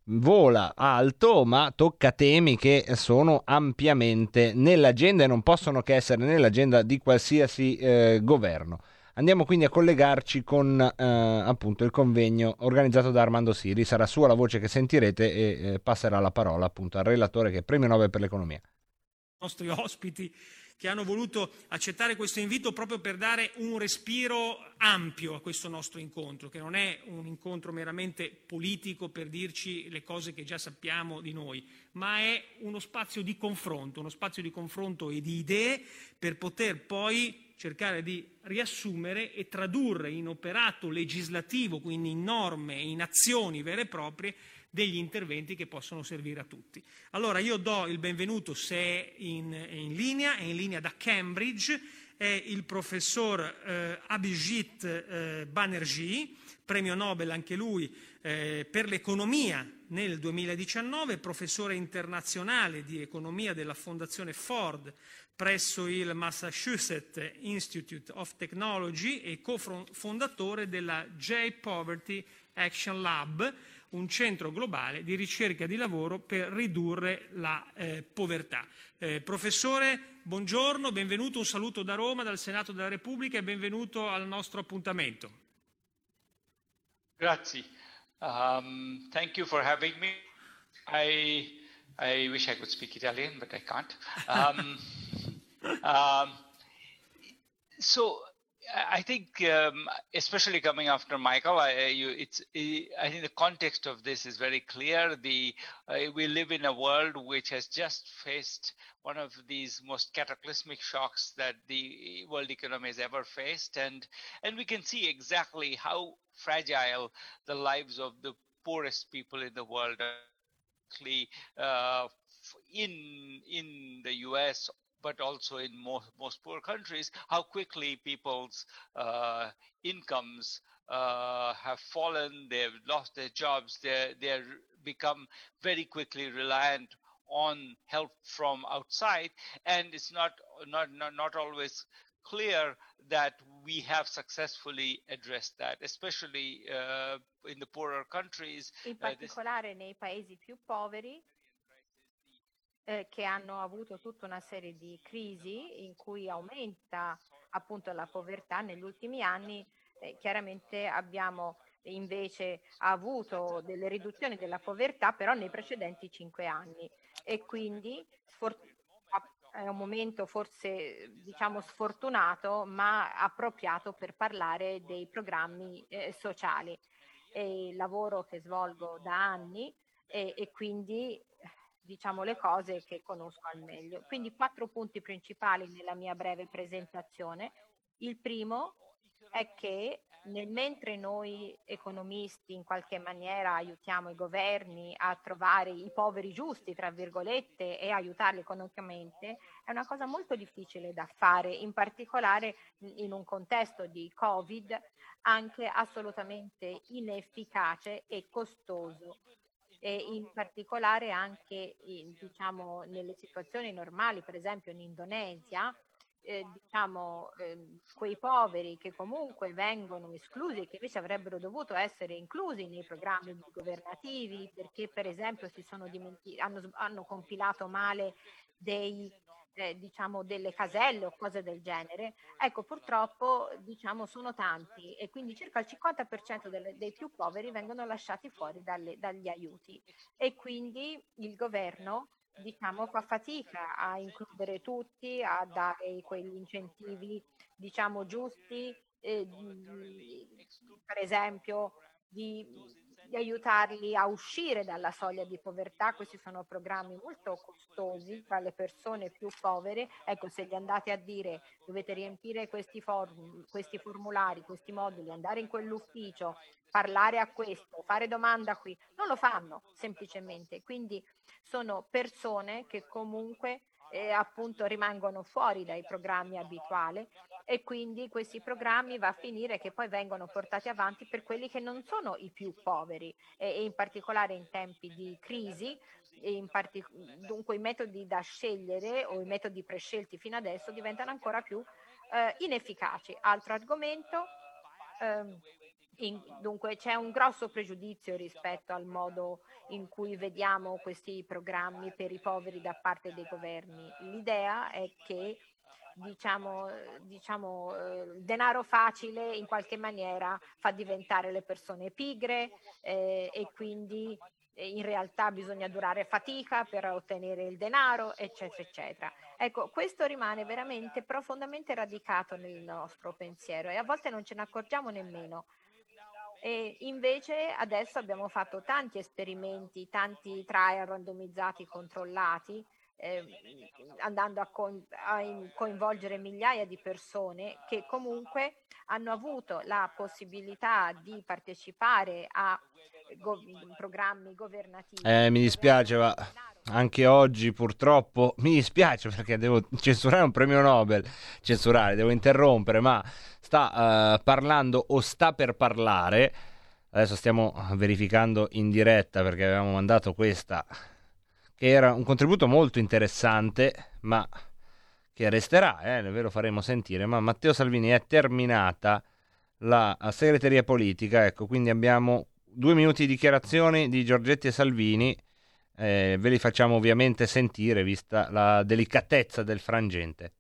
vola alto ma tocca temi che sono ampiamente nell'agenda e non possono che essere nell'agenda di qualsiasi eh, governo. Andiamo quindi a collegarci con eh, appunto il convegno organizzato da Armando Siri. Sarà sua la voce che sentirete e eh, passerà la parola appunto al relatore che è premio Nobel per l'economia. I nostri ospiti che hanno voluto accettare questo invito proprio per dare un respiro ampio a questo nostro incontro, che non è un incontro meramente politico per dirci le cose che già sappiamo di noi, ma è uno spazio di confronto, uno spazio di confronto e di idee per poter poi cercare di riassumere e tradurre in operato legislativo, quindi in norme e in azioni vere e proprie, degli interventi che possono servire a tutti. Allora io do il benvenuto, se è in, è in linea, è in linea da Cambridge, è il professor eh, Abhijit eh, Banerjee, premio Nobel anche lui eh, per l'economia nel duemiladiciannove, professore internazionale di economia della Fondazione Ford presso il Massachusetts Institute of Technology e cofondatore della J-Poverty Action Lab, un centro globale di ricerca di lavoro per ridurre la eh, povertà. Eh, professore, buongiorno, benvenuto, un saluto da Roma, dal Senato della Repubblica e benvenuto al nostro appuntamento. Grazie. Um, thank you for having me. I I wish I could speak Italian, but I can't. Um, um, so I think, um, especially coming after Michael, I, you, it's, I think the context of this is very clear. The uh, we live in a world which has just faced one of these most cataclysmic shocks that the world economy has ever faced, and and we can see exactly how fragile the lives of the poorest people in the world are. Uh, in in the U S, but also in most, most poor countries, how quickly people's uh, incomes uh, have fallen, they've lost their jobs, they're, they're become very quickly reliant on help from outside, and it's not, not, not, not always clear that we have successfully addressed that, especially uh, in the poorer countries. In particolare uh, nei paesi più poveri, Eh, che hanno avuto tutta una serie di crisi in cui aumenta appunto la povertà negli ultimi anni. Eh, chiaramente abbiamo invece avuto delle riduzioni della povertà però nei precedenti cinque anni, e quindi sfor- è un momento forse diciamo sfortunato ma appropriato per parlare dei programmi eh, sociali. È il lavoro che svolgo da anni e, e quindi diciamo le cose che conosco al meglio. Quindi quattro punti principali nella mia breve presentazione. Il primo è che nel mentre noi economisti in qualche maniera aiutiamo i governi a trovare i poveri giusti, tra virgolette, e aiutarli economicamente, è una cosa molto difficile da fare, in particolare in un contesto di Covid, anche assolutamente inefficace e costoso. E in particolare anche in, diciamo, nelle situazioni normali, per esempio in Indonesia, eh, diciamo, eh, quei poveri che comunque vengono esclusi e che invece avrebbero dovuto essere inclusi nei programmi governativi perché per esempio si sono dimenti- hanno, hanno compilato male dei Eh, diciamo delle caselle o cose del genere, ecco purtroppo diciamo sono tanti e quindi circa il cinquanta per cento delle, dei più poveri vengono lasciati fuori dalle, dagli aiuti, e quindi il governo diciamo fa fatica a includere tutti, a dare quegli incentivi diciamo giusti, eh, di, per esempio di di aiutarli a uscire dalla soglia di povertà. Questi sono programmi molto costosi tra le persone più povere. Ecco, se gli andate a dire dovete riempire questi, form- questi formulari, questi moduli, andare in quell'ufficio, parlare a questo, fare domanda qui, non lo fanno semplicemente. Quindi sono persone che comunque eh, appunto rimangono fuori dai programmi abituali, e quindi questi programmi va a finire che poi vengono portati avanti per quelli che non sono i più poveri, e, e in particolare in tempi di crisi, e in partic- dunque i metodi da scegliere o i metodi prescelti fino adesso diventano ancora più eh, inefficaci. Altro argomento, ehm, in, dunque c'è un grosso pregiudizio rispetto al modo in cui vediamo questi programmi per i poveri da parte dei governi. L'idea è che diciamo, diciamo eh, il denaro facile in qualche maniera fa diventare le persone pigre, eh, e quindi eh, in realtà bisogna durare fatica per ottenere il denaro, eccetera eccetera. Ecco, questo rimane veramente profondamente radicato nel nostro pensiero e a volte non ce ne accorgiamo nemmeno. E invece adesso abbiamo fatto tanti esperimenti, tanti trial randomizzati controllati, Eh, andando a, co- a coinvolgere migliaia di persone che comunque hanno avuto la possibilità di partecipare a go- programmi governativi. Eh, mi dispiace, ma anche oggi purtroppo mi dispiace perché devo censurare un premio Nobel, censurare, devo interrompere, ma sta uh, parlando o sta per parlare, adesso stiamo verificando in diretta perché avevamo mandato questa, che era un contributo molto interessante, ma che resterà, eh, ve lo faremo sentire, ma Matteo Salvini è terminata la segreteria politica, ecco, quindi abbiamo due minuti di dichiarazioni di Giorgetti e Salvini, eh, ve li facciamo ovviamente sentire, vista la delicatezza del frangente.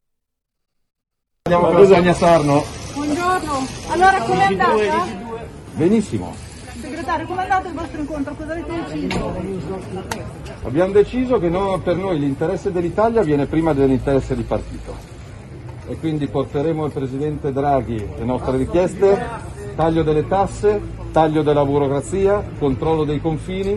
Andiamo con Bisogna Sarno. Buongiorno, allora com'è andata? Benissimo. Segretario, com'è andato il vostro incontro? Cosa avete deciso? Abbiamo deciso che no, per noi l'interesse dell'Italia viene prima dell'interesse di partito e quindi porteremo al Presidente Draghi le nostre richieste: taglio delle tasse, taglio della burocrazia, controllo dei confini.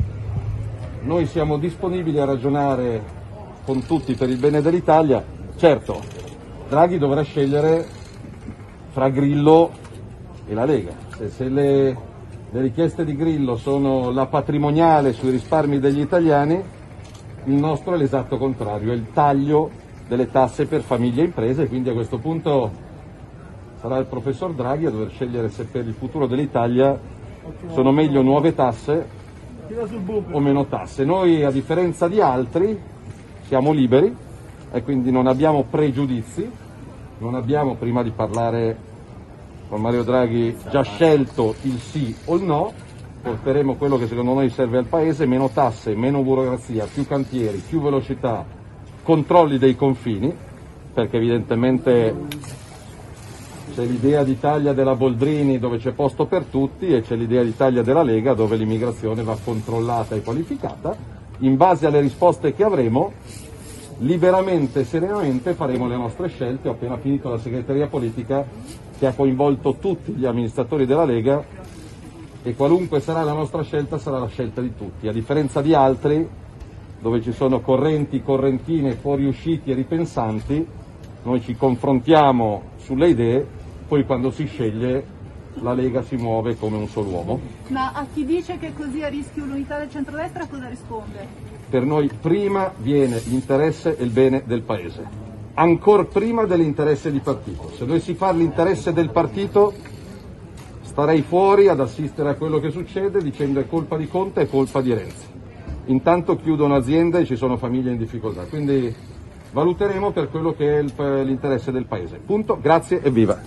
Noi siamo disponibili a ragionare con tutti per il bene dell'Italia. Certo, Draghi dovrà scegliere fra Grillo e la Lega. Se, se le, le richieste di Grillo sono la patrimoniale sui risparmi degli italiani, il nostro è l'esatto contrario, è il taglio delle tasse per famiglie e imprese, quindi a questo punto sarà il professor Draghi a dover scegliere se per il futuro dell'Italia sono meglio nuove tasse o meno tasse. Noi, a differenza di altri, siamo liberi e quindi non abbiamo pregiudizi, non abbiamo, prima di parlare con Mario Draghi, già scelto il sì o il no. Porteremo quello che secondo noi serve al Paese: meno tasse, meno burocrazia, più cantieri, più velocità, controlli dei confini, perché evidentemente c'è l'idea d'Italia della Boldrini dove c'è posto per tutti e c'è l'idea d'Italia della Lega dove l'immigrazione va controllata e qualificata. In base alle risposte che avremo, liberamente e serenamente faremo le nostre scelte. Ho appena finito la segreteria politica che ha coinvolto tutti gli amministratori della Lega e qualunque sarà la nostra scelta sarà la scelta di tutti, a differenza di altri dove ci sono correnti, correntine, fuoriusciti e ripensanti. Noi ci confrontiamo sulle idee, poi quando si sceglie la Lega si muove come un solo uomo. Ma a chi dice che così a rischio l'unità del centrodestra cosa risponde? Per noi prima viene l'interesse e il bene del Paese, ancor prima dell'interesse di partito. Se dovessi fare l'interesse del partito starei fuori ad assistere a quello che succede dicendo è colpa di Conte, è colpa di Renzi. Intanto chiudono aziende e ci sono famiglie in difficoltà, quindi valuteremo per quello che è il, l'interesse del Paese. Punto, grazie e viva.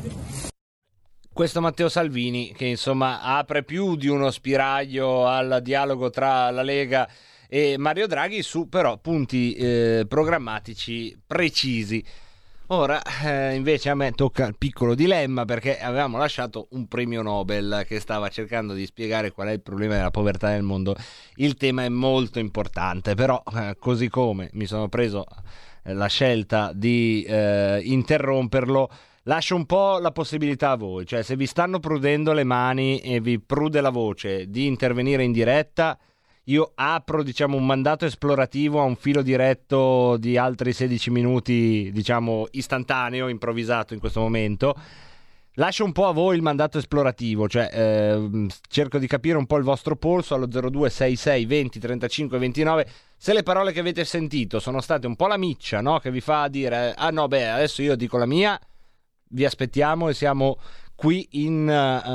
Questo Matteo Salvini che insomma apre più di uno spiraglio al dialogo tra la Lega e Mario Draghi su però punti eh, programmatici precisi. Ora eh, invece a me tocca il piccolo dilemma, perché avevamo lasciato un premio Nobel che stava cercando di spiegare qual è il problema della povertà nel mondo. Il tema è molto importante, però eh, così come mi sono preso eh, la scelta di eh, interromperlo, lascio un po' la possibilità a voi, cioè se vi stanno prudendo le mani e vi prude la voce di intervenire in diretta, io apro diciamo un mandato esplorativo a un filo diretto di altri sedici minuti, diciamo istantaneo, improvvisato in questo momento. Lascio un po' a voi il mandato esplorativo, cioè eh, cerco di capire un po' il vostro polso allo zero due sei sei venti trentacinque ventinove. Se le parole che avete sentito sono state un po' la miccia, no? Che vi fa dire ah no beh adesso io dico la mia, vi aspettiamo e siamo qui in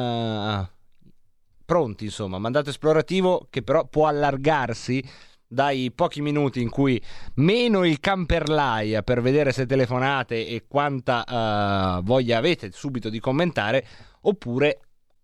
uh, pronti, insomma, mandato esplorativo che però può allargarsi dai pochi minuti in cui meno il camperlaia per vedere se telefonate e quanta uh, voglia avete subito di commentare, oppure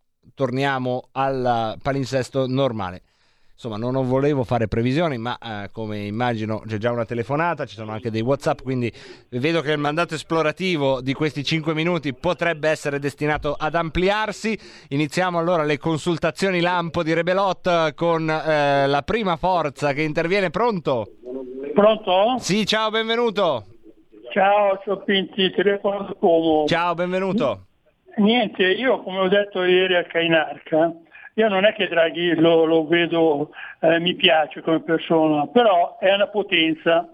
torniamo al palinsesto normale. Insomma, non volevo fare previsioni, ma eh, come immagino c'è già una telefonata, ci sono anche dei WhatsApp, quindi vedo che il mandato esplorativo di questi cinque minuti potrebbe essere destinato ad ampliarsi. Iniziamo allora le consultazioni lampo di Rebelot con eh, la prima forza che interviene. Pronto? Pronto? Sì, ciao, benvenuto. Ciao, ciao Pinti, telefono da Como. Ciao, benvenuto. Niente, io come ho detto ieri a Cainarca, io non è che Draghi lo, lo vedo, eh, mi piace come persona, però è una potenza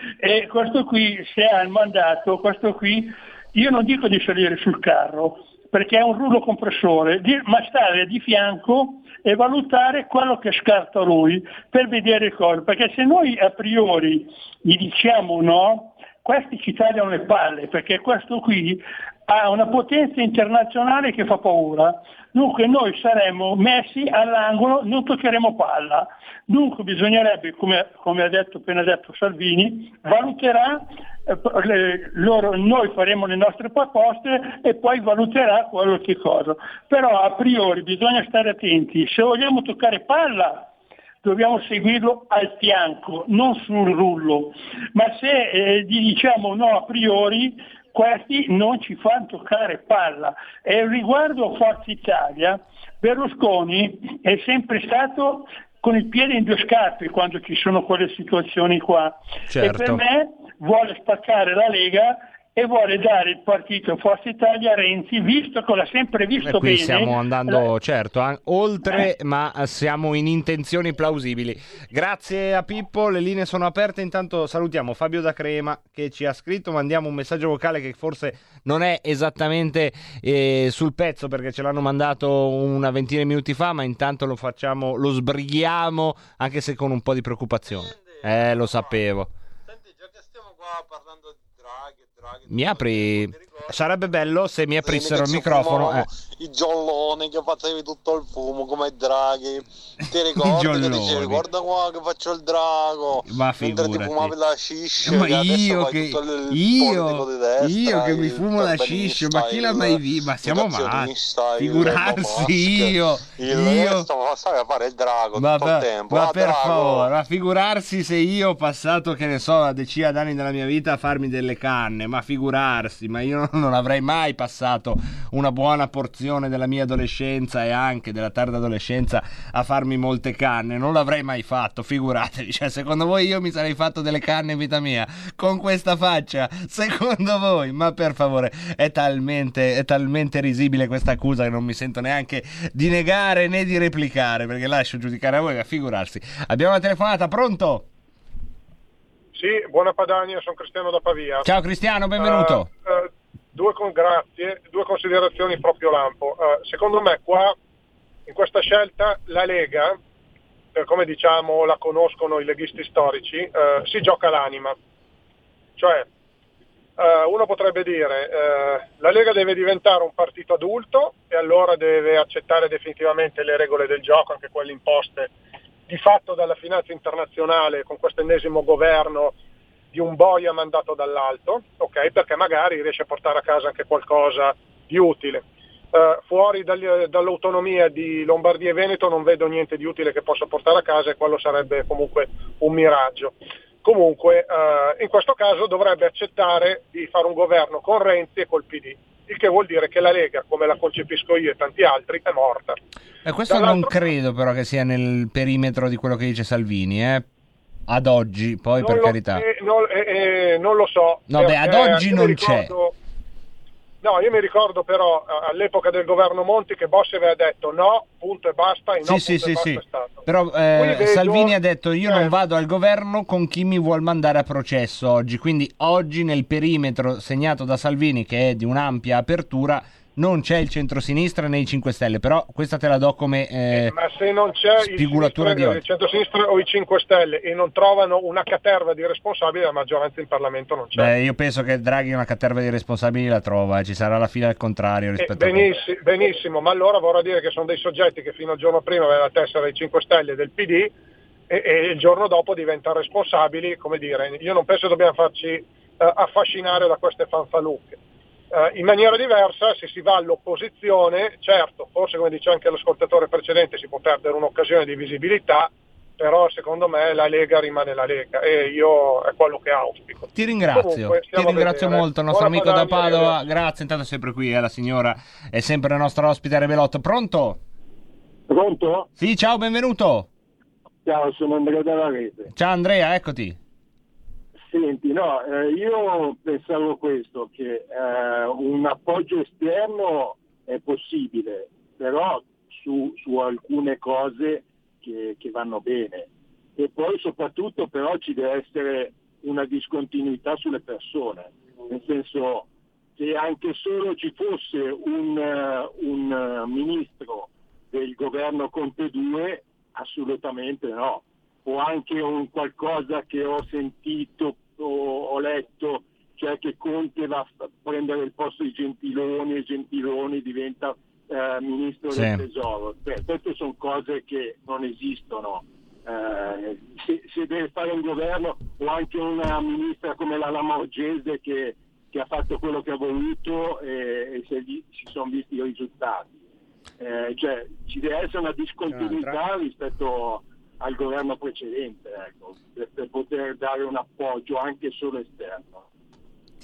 e questo qui, se ha il mandato, questo qui, io non dico di salire sul carro, perché è un rullo compressore, di, ma stare di fianco e valutare quello che scarta lui per vedere cosa, perché se noi a priori gli diciamo no, questi ci tagliano le palle, perché questo qui ha una potenza internazionale che fa paura. Dunque noi saremmo messi all'angolo, non toccheremo palla. Dunque bisognerebbe, come, come ha detto, appena detto Salvini, valuterà, eh, le, loro, noi faremo le nostre proposte e poi valuterà quello che cosa. Però a priori bisogna stare attenti, se vogliamo toccare palla dobbiamo seguirlo al fianco, non sul rullo. Ma se eh, gli diciamo no a priori, questi non ci fanno toccare palla. E riguardo Forza Italia, Berlusconi è sempre stato con il piede in due scarpe quando ci sono quelle situazioni qua. Certo. E per me vuole spaccare la Lega e vuole dare il partito Forza Italia a Renzi, visto che l'ha sempre visto e qui bene. stiamo andando, la... certo, an- oltre, eh. ma siamo in intenzioni plausibili. Grazie a Pippo, le linee sono aperte. Intanto salutiamo Fabio da Crema che ci ha scritto, mandiamo un messaggio vocale che forse non è esattamente eh, sul pezzo perché ce l'hanno mandato una ventina di minuti fa, ma intanto lo facciamo, lo sbrighiamo, anche se con un po' di preoccupazione. Eh, lo sapevo. Senti, già che stiamo qua parlando di Draghi, Draghi Mi apri? Sarebbe bello se mi aprissero il microfono. Eh. I gialloni che facevi tutto il fumo come Draghi. Ti ricordi che dicevi guarda qua che faccio il drago? Ma mentre ti fumavi la shisha. Ma che io che che il io, di destra, io che mi fumo la shisha, ma chi l'ha mai visto? Ma siamo male. Figurarsi io, il io stavo a fare il drago ma, tutto il tempo. Ma ah, per drago. favore, ma figurarsi se io ho passato, che ne so, una decina d'anni della mia vita a farmi delle canne, ma figurarsi, ma io non avrei mai passato una buona porzione della mia adolescenza e anche della tarda adolescenza a farmi molte canne, non l'avrei mai fatto, figuratevi, cioè secondo voi io mi sarei fatto delle canne in vita mia con questa faccia, secondo voi? Ma per favore, è talmente, è talmente risibile questa accusa che non mi sento neanche di negare né di replicare, perché lascio giudicare a voi, ma figurarsi. Abbiamo una telefonata, pronto? Sì, buona Padania, sono Cristiano da Pavia. Ciao Cristiano, benvenuto. Uh, uh, due con grazie, due considerazioni proprio lampo. Uh, secondo me qua, in questa scelta, la Lega, per come diciamo la conoscono i leghisti storici, uh, si gioca l'anima. Cioè, uh, uno potrebbe dire, uh, la Lega deve diventare un partito adulto e allora deve accettare definitivamente le regole del gioco, anche quelle imposte di fatto dalla finanza internazionale con questo ennesimo governo di un boia mandato dall'alto, ok? Perché magari riesce a portare a casa anche qualcosa di utile. Uh, fuori dagli, dall'autonomia di Lombardia e Veneto non vedo niente di utile che possa portare a casa e quello sarebbe comunque un miraggio. Comunque uh, in questo caso dovrebbe accettare di fare un governo con Renzi e col P D, il che vuol dire che la Lega, come la concepisco io e tanti altri, è morta. E questo non credo però che sia nel perimetro di quello che dice Salvini, eh? Ad oggi, poi non per lo, carità. Eh, non, eh, eh, non lo so. No, beh, ad oggi non c'è. No, io mi ricordo però all'epoca del governo Monti che Bossi aveva detto no, punto e basta, e sì, no, sì, punto sì, e basta sì. è stato. Però eh, vedo... Salvini ha detto io eh. non vado al governo con chi mi vuol mandare a processo oggi, quindi oggi nel perimetro segnato da Salvini, che è di un'ampia apertura, non c'è il centrosinistra né i cinque Stelle, però questa te la do come eh, ma se non c'è spigolatura il, di oggi. il centrosinistra o i cinque Stelle e non trovano una caterva di responsabili, la maggioranza in Parlamento non c'è. Beh, io penso che Draghi una caterva di responsabili la trova, eh. Ci sarà la fila al contrario rispetto eh, benissimo, a benissimo, ma allora vorrà dire che sono dei soggetti che fino al giorno prima avevano la tessera dei cinque Stelle e del P D e, e il giorno dopo diventano responsabili, come dire, io non penso che dobbiamo farci uh, affascinare da queste fanfalucche. Uh, in maniera diversa, se si va all'opposizione, certo, forse come dice anche l'ascoltatore precedente si può perdere un'occasione di visibilità, però secondo me la Lega rimane la Lega e io è quello che auspico. Ti ringrazio, Comunque, ti ringrazio molto, il nostro Buona amico da Padania, Padova, eh. grazie, intanto è sempre qui, eh, la signora è sempre la nostra ospite a Rebelotto. Pronto? Pronto? Sì, ciao, benvenuto. Ciao, sono Andrea della Rete. Ciao Andrea, eccoti. Senti, no, eh, io pensavo questo, che eh, un appoggio esterno è possibile, però su, su alcune cose che, che vanno bene. E poi soprattutto però ci deve essere una discontinuità sulle persone, nel senso che anche solo ci fosse un, uh, un uh, ministro del governo Conte due, assolutamente no. O anche un qualcosa che ho sentito o ho letto, cioè che Conte va a prendere il posto di Gentiloni e Gentiloni diventa eh, ministro sì. del tesoro. Beh, queste sono cose che non esistono. Eh, se, se deve fare un governo, o anche una ministra come la Lamorgese che, che ha fatto quello che ha voluto e, e se gli, si sono visti i risultati. Eh, cioè ci deve essere una discontinuità ah, rispetto al governo precedente, ecco, per, per poter dare un appoggio anche solo esterno. Ti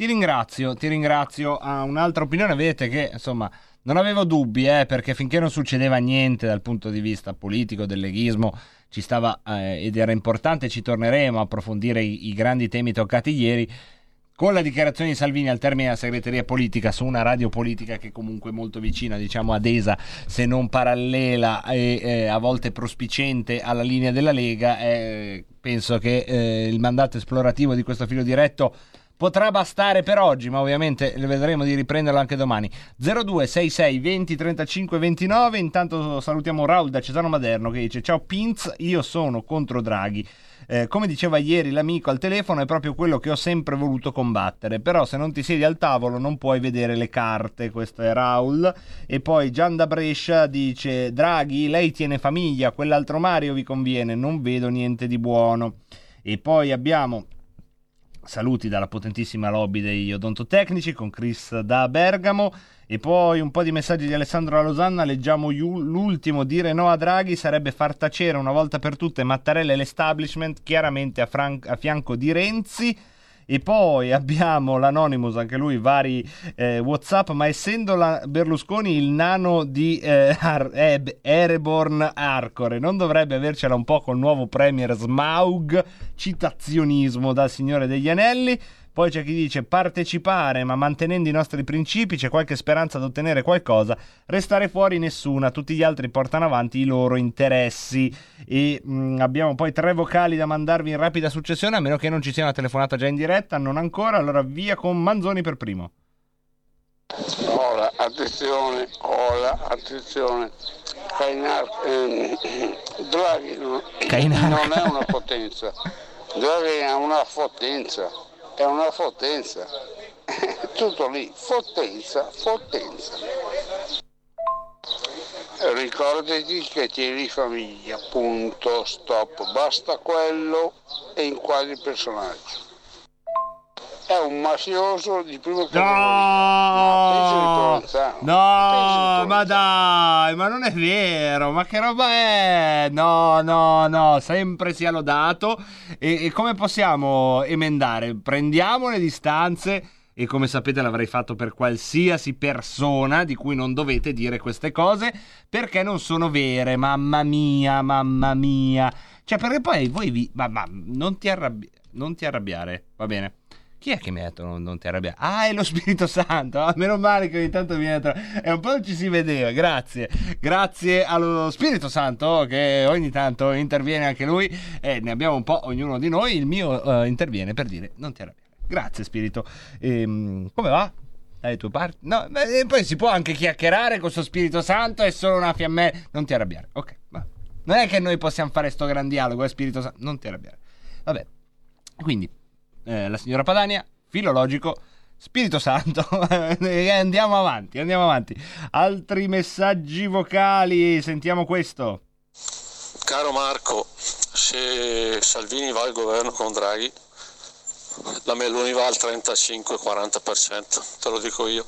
Ti ringrazio, ti ringrazio. A un'altra opinione, vedete che insomma non avevo dubbi, eh, perché finché non succedeva niente dal punto di vista politico del leghismo ci stava eh, ed era importante. Ci torneremo a approfondire i, i grandi temi toccati ieri con la dichiarazione di Salvini al termine della segreteria politica su una radio politica che comunque è molto vicina, diciamo adesa se non parallela e eh, a volte prospicente alla linea della Lega. Eh, penso che eh, il mandato esplorativo di questo filo diretto potrà bastare per oggi, ma ovviamente vedremo di riprenderlo anche domani. zero due sei sei venti trentacinque ventinove. Intanto salutiamo Raul da Cesano Maderno che dice: ciao Pinz, io sono contro Draghi. Eh, come diceva ieri l'amico al telefono, è proprio quello che ho sempre voluto combattere, però se non ti siedi al tavolo non puoi vedere le carte. Questo è Raul. E poi Gian da Brescia dice: Draghi, lei tiene famiglia, quell'altro Mario vi conviene, non vedo niente di buono. E poi abbiamo saluti dalla potentissima lobby degli odontotecnici con Chris da Bergamo. E poi un po' di messaggi di Alessandro da Losanna. Leggiamo l'ultimo: dire no a Draghi sarebbe far tacere una volta per tutte Mattarella e l'establishment, chiaramente a, fran- a fianco di Renzi. E poi abbiamo l'Anonymous, anche lui vari eh, WhatsApp, ma essendo la Berlusconi il nano di eh, Ar- Eb- Ereborn Arcore, non dovrebbe avercela un po' col nuovo premier Smaug? Citazionismo dal Signore degli Anelli. Poi c'è chi dice: partecipare ma mantenendo i nostri principi, c'è qualche speranza ad ottenere qualcosa, restare fuori nessuna, tutti gli altri portano avanti i loro interessi. E mh, abbiamo poi tre vocali da mandarvi in rapida successione, a meno che non ci sia una telefonata già in diretta. Non ancora, allora via con Manzoni per primo. Ora, attenzione, ora, attenzione. Cainar, ehm, Draghi non, non è una potenza, Draghi è una potenza. È una potenza, tutto lì, potenza, potenza. Ricordati che tieni famiglia, punto, stop, basta quello e inquadri il personaggio. È un mafioso di primo categoria. No, no, no ma dai, ma non è vero, ma che roba è? No, no, no, sempre sia lodato. E, e come possiamo emendare? Prendiamo le distanze. E come sapete l'avrei fatto per qualsiasi persona di cui non dovete dire queste cose, perché non sono vere. Mamma mia, mamma mia. Cioè, perché poi voi vi... Ma, ma non ti arrabbi... non ti arrabbiare, va bene? Chi è che mi ha detto non, non ti arrabbiare? Ah, è lo Spirito Santo. Ah, meno male che ogni tanto viene tra... È un po' non ci si vedeva. Grazie. Grazie allo Spirito Santo che ogni tanto interviene anche lui. E ne abbiamo un po' ognuno di noi. Il mio uh, interviene per dire non ti arrabbiare. Grazie Spirito. Ehm, come va? Dalle tue parti? No, e poi si può anche chiacchierare con suo Spirito Santo. È solo una fiammella. Non ti arrabbiare. Ok, va. Non è che noi possiamo fare sto gran dialogo, eh, Spirito Santo. Non ti arrabbiare. Vabbè. Quindi Eh, la signora Padania, filologico, Spirito Santo. Andiamo avanti, andiamo avanti. Altri messaggi vocali, sentiamo questo. Caro Marco, se Salvini va al governo con Draghi, la Meloni va al trentacinque quaranta per cento, te lo dico io.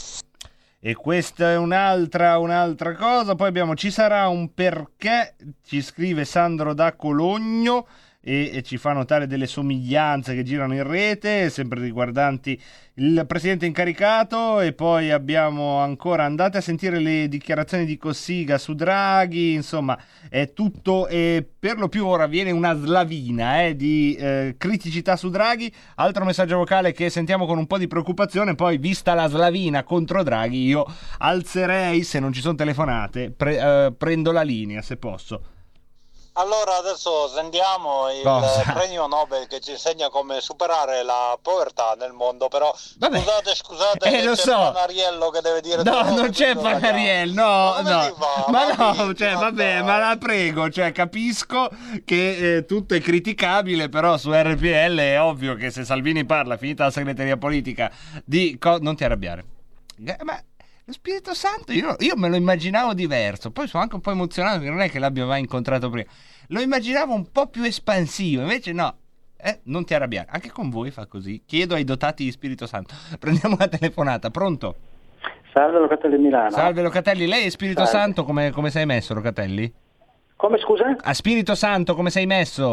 E questa è un'altra, un'altra cosa. Poi abbiamo ci sarà un perché, ci scrive Sandro da Cologno. E, e ci fa notare delle somiglianze che girano in rete, sempre riguardanti il presidente incaricato. E poi abbiamo ancora, andate a sentire le dichiarazioni di Cossiga su Draghi, insomma è tutto, e per lo più ora viene una slavina eh, di eh, criticità su Draghi. Altro messaggio vocale che sentiamo con un po' di preoccupazione. Poi, vista la slavina contro Draghi, io alzerei, se non ci sono telefonate, pre- eh, prendo la linea se posso. Allora adesso sentiamo il Cosa? premio Nobel che ci insegna come superare la povertà nel mondo, però Vabbè. scusate, scusate, Eh, che lo c'è so. Panariello che deve dire No, due non cose c'è più Panariello, no, Come no. si fa? Ma Ma no, dici, cioè, ma vabbè, dai. ma la prego, cioè, capisco che eh, tutto è criticabile, però su R P L è ovvio che se Salvini parla, finita la segreteria politica, di co- non ti arrabbiare. Eh, Ma lo Spirito Santo, io, io me lo immaginavo diverso, poi sono anche un po' emozionato perché non è che l'abbia mai incontrato prima. Lo immaginavo un po' più espansivo, invece no. Eh, non ti arrabbiare, anche con voi fa così. Chiedo ai dotati di Spirito Santo. Prendiamo una telefonata, pronto? Salve Locatelli Milano. Salve Locatelli, lei è Spirito Salve. Santo, come, come sei messo Locatelli? Come scusa? A Spirito Santo come sei messo?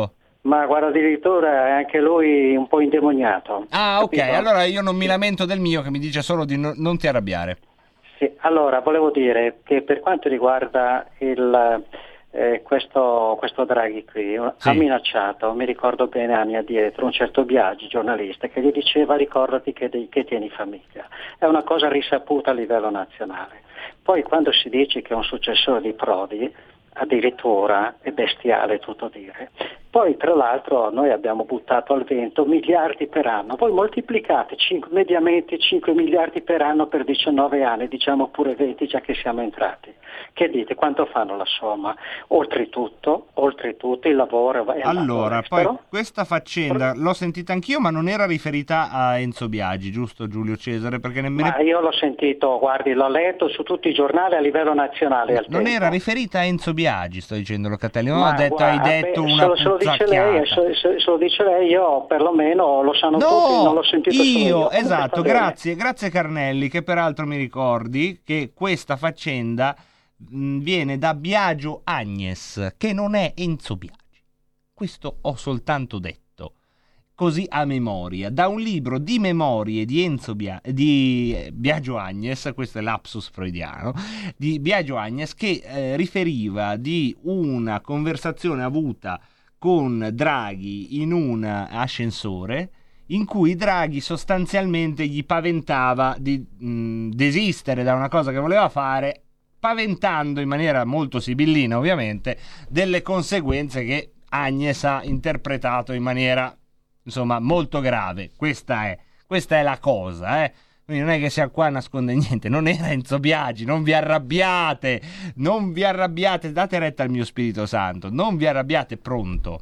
Ma guarda, addirittura è anche lui un po' indemoniato. Ah, ok, capito? allora io non mi lamento del mio che mi dice solo di no- non ti arrabbiare. Sì, allora volevo dire che per quanto riguarda il, eh, questo, questo Draghi qui, Sì. ha minacciato, mi ricordo bene anni addietro, un certo Biagi, giornalista, che gli diceva ricordati che, de- che tieni famiglia. È una cosa risaputa a livello nazionale. Poi quando si dice che è un successore di Prodi, addirittura è bestiale tutto dire. Poi tra l'altro noi abbiamo buttato al vento miliardi per anno, voi moltiplicate cinque, mediamente cinque miliardi per anno per diciannove anni, diciamo pure venti già che siamo entrati. Che dite, quanto fanno la somma? Oltretutto, oltretutto il lavoro è Allora, andato poi all'estero. questa faccenda l'ho sentita anch'io, ma non era riferita a Enzo Biagi, giusto Giulio Cesare? Perché nemmeno Ma io l'ho sentito, guardi, l'ho letto su tutti i giornali a livello nazionale al non tempo. era riferita a Enzo Biagi, sto dicendo Locatelli, non Ma ho detto guarda, hai detto beh, una se lo- se lo dice lei, puzzacchiata. se, se- se lo dice lei, io perlomeno lo sanno tutti, non l'ho sentito solo io. io, Comunque esatto, sta bene. grazie, grazie Carnelli, che peraltro mi ricordi che questa faccenda mh, viene da Biagio Agnes, che non è Enzo Biagi. Questo ho soltanto detto, così a memoria, da un libro di memorie di Enzo Bia- di eh, Biagio Agnes, questo è lapsus freudiano, di Biagio Agnes, che eh, riferiva di una conversazione avuta con Draghi in un ascensore in cui Draghi sostanzialmente gli paventava di mh, desistere da una cosa che voleva fare, paventando in maniera molto sibillina ovviamente delle conseguenze che Agnes ha interpretato in maniera insomma molto grave. Questa è, questa è la cosa, eh. Quindi non è che sia qua a nascondere niente, non era Enzo Biagi, non vi arrabbiate, non vi arrabbiate, date retta al mio Spirito Santo, non vi arrabbiate, pronto.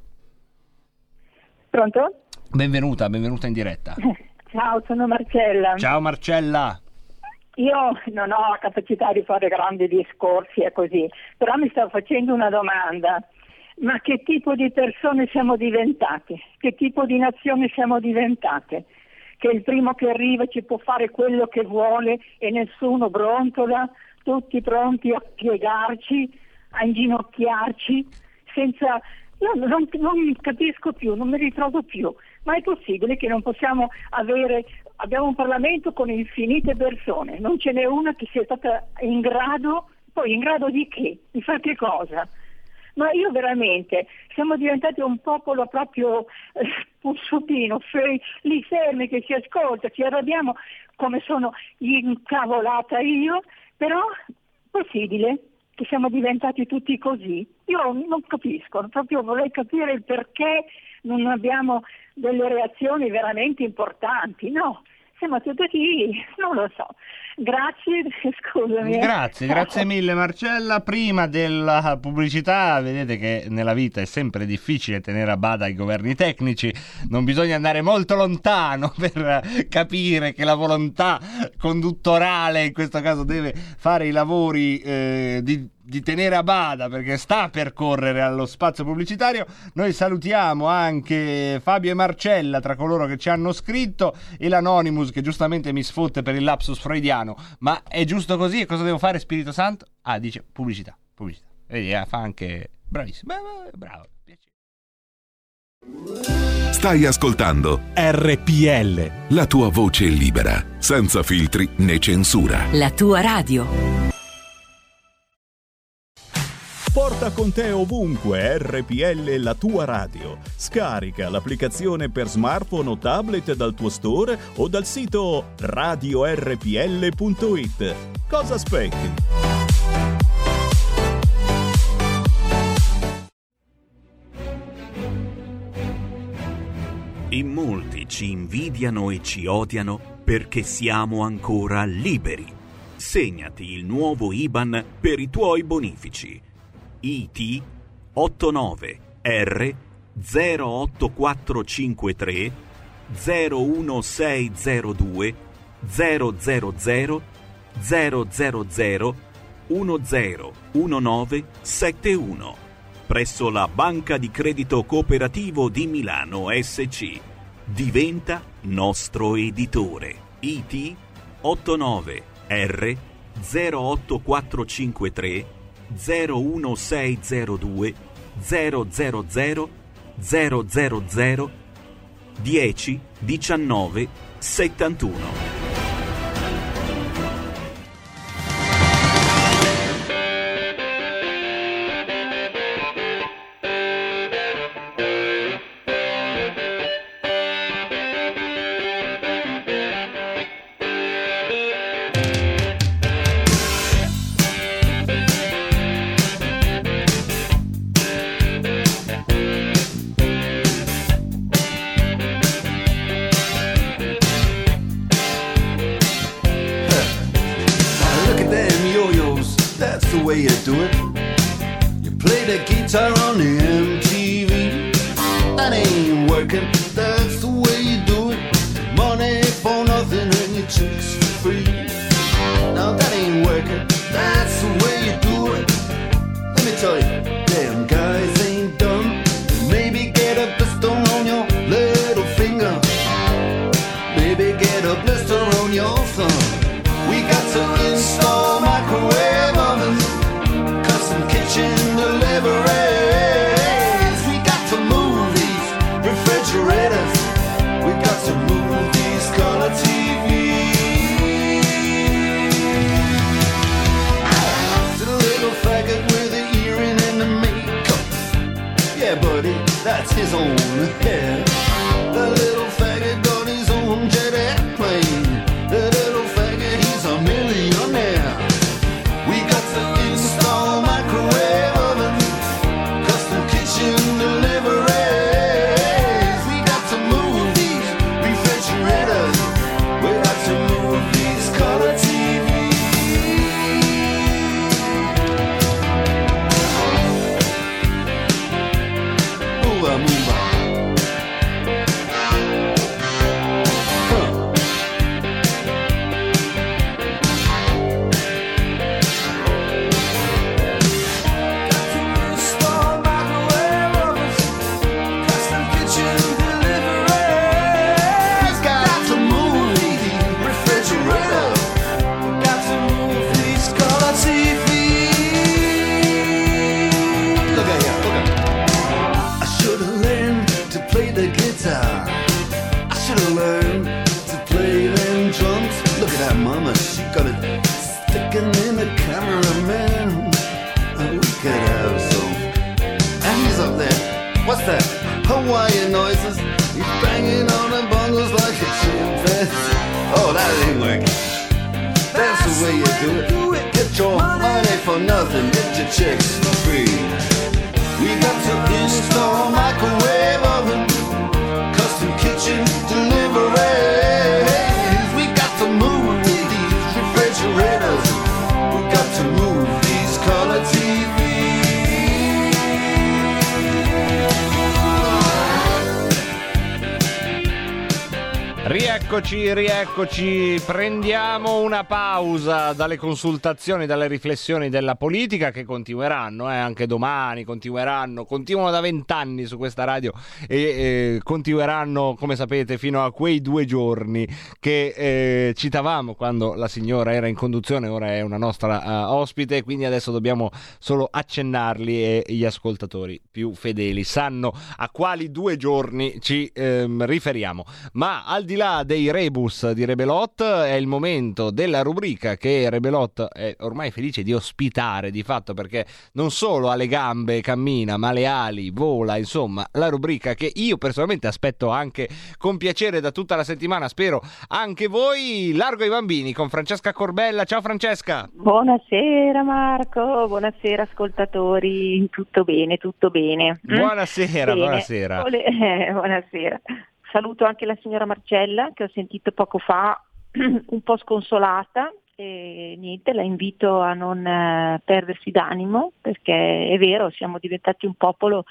Pronto? Benvenuta, benvenuta in diretta. Ciao, sono Marcella. Ciao Marcella. Io non ho la capacità di fare grandi discorsi e così, però mi sto facendo una domanda. Ma che tipo di persone siamo diventate? Che tipo di nazione siamo diventate? Che il primo che arriva ci può fare quello che vuole e nessuno brontola, tutti pronti a piegarci, a inginocchiarci, senza... Io non, non capisco più, non mi ritrovo più. Ma è possibile che non possiamo avere... Abbiamo un Parlamento con infinite persone, non ce n'è una che sia stata in grado, poi in grado di che? Di fare che cosa? Ma io veramente, siamo diventati un popolo proprio eh, puzzupino, fe- lì fermi che si ascolta, ci arrabbiamo come sono incavolata io, però possibile che siamo diventati tutti così? Io non capisco, proprio vorrei capire il perché non abbiamo delle reazioni veramente importanti, no? Siamo tutti lì, non lo so. Grazie, scusami. Grazie, grazie mille Marcella. Prima della pubblicità, vedete che nella vita è sempre difficile tenere a bada i governi tecnici, non bisogna andare molto lontano per capire che la volontà conduttorale in questo caso deve fare i lavori eh, di di tenere a bada perché sta per correre allo spazio pubblicitario. Noi salutiamo anche Fabio e Marcella tra coloro che ci hanno scritto e l'Anonymous che giustamente mi sfotte per il lapsus freudiano, ma è giusto così? E cosa devo fare, Spirito Santo? Ah, dice pubblicità, pubblicità. Vedi, eh, fa anche bravissimo, beh, beh, bravo. Stai ascoltando R P L, la tua voce libera, senza filtri né censura. La tua radio. Porta con te ovunque R P L, la tua radio. Scarica l'applicazione per smartphone o tablet dal tuo store o dal sito radio erre pi elle punto it. Cosa aspetti? In molti ci invidiano e ci odiano perché siamo ancora liberi. Segnati il nuovo I B A N per i tuoi bonifici. I T ottantanove R zero otto quattro cinque tre zero uno sei zero due zero zero zero zero zero zero uno zero uno nove sette uno presso la Banca di Credito Cooperativo di Milano S C. Diventa nostro editore. I T ottantanove R zero otto quattro cinque tre zero uno sei zero due zero zero zero zero zero zero dieci diciannove settantuno. Rieccoci, rieccoci, prendiamo una pausa dalle consultazioni, dalle riflessioni della politica che continueranno, eh, anche domani continueranno, continuano da vent'anni su questa radio e eh, continueranno, come sapete, fino a quei due giorni che eh, citavamo quando la signora era in conduzione, ora è una nostra uh, ospite, quindi adesso dobbiamo solo accennarli e gli ascoltatori più fedeli sanno a quali due giorni ci ehm, riferiamo. Ma al di là dei rebus di Rebelot è il momento della rubrica che Rebelot è ormai felice di ospitare di fatto, perché non solo ha le gambe, cammina, ma le ali, vola, insomma la rubrica che io personalmente aspetto anche con piacere da tutta la settimana, spero anche voi. Largo ai bambini con Francesca Corbella. Ciao Francesca. Buonasera Marco, buonasera ascoltatori, tutto bene, tutto bene. Buonasera, bene. buonasera. Vole- eh, buonasera. Saluto anche la signora Marcella che ho sentito poco fa un po' sconsolata e niente, la invito a non eh, perdersi d'animo, perché è vero, siamo diventati un popolo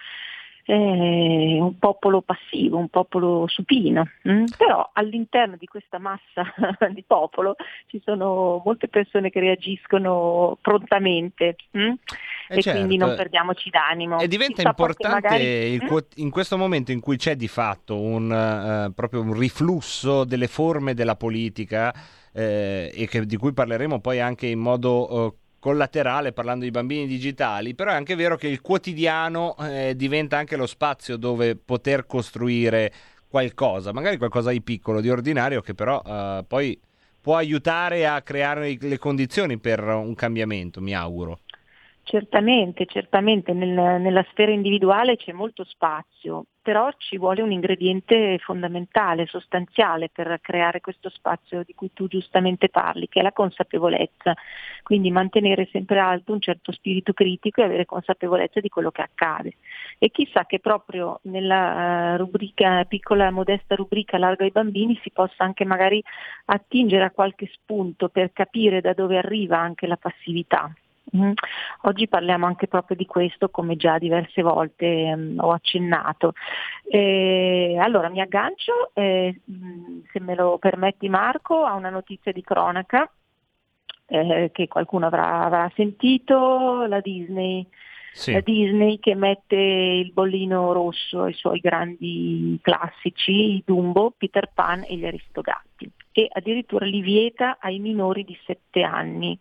eh, un popolo passivo, un popolo supino, mh? Però all'interno di questa massa di popolo ci sono molte persone che reagiscono prontamente, mh? Eh e certo. quindi non perdiamoci d'animo. E diventa Chissà, importante magari... il, in questo momento in cui c'è di fatto un uh, proprio un riflusso delle forme della politica eh, e che, di cui parleremo poi anche in modo uh, collaterale parlando di bambini digitali, però è anche vero che il quotidiano eh, diventa anche lo spazio dove poter costruire qualcosa, magari qualcosa di piccolo, di ordinario, che però eh, poi può aiutare a creare le condizioni per un cambiamento, mi auguro. Certamente, certamente nel, nella sfera individuale c'è molto spazio, però ci vuole un ingrediente fondamentale, sostanziale per creare questo spazio di cui tu giustamente parli, che è la consapevolezza. Quindi mantenere sempre alto un certo spirito critico e avere consapevolezza di quello che accade. E chissà che proprio nella uh, rubrica, piccola modesta rubrica Largo ai bambini, si possa anche magari attingere a qualche spunto per capire da dove arriva anche la passività. Mm. Oggi parliamo anche proprio di questo, come già diverse volte um, ho accennato. Eh, allora mi aggancio, eh, se me lo permetti Marco, a una notizia di cronaca eh, che qualcuno avrà, avrà sentito, la Disney. Sì. La Disney che mette il bollino rosso ai suoi grandi classici, Dumbo, Peter Pan e gli Aristogatti, e addirittura li vieta ai minori di sette anni.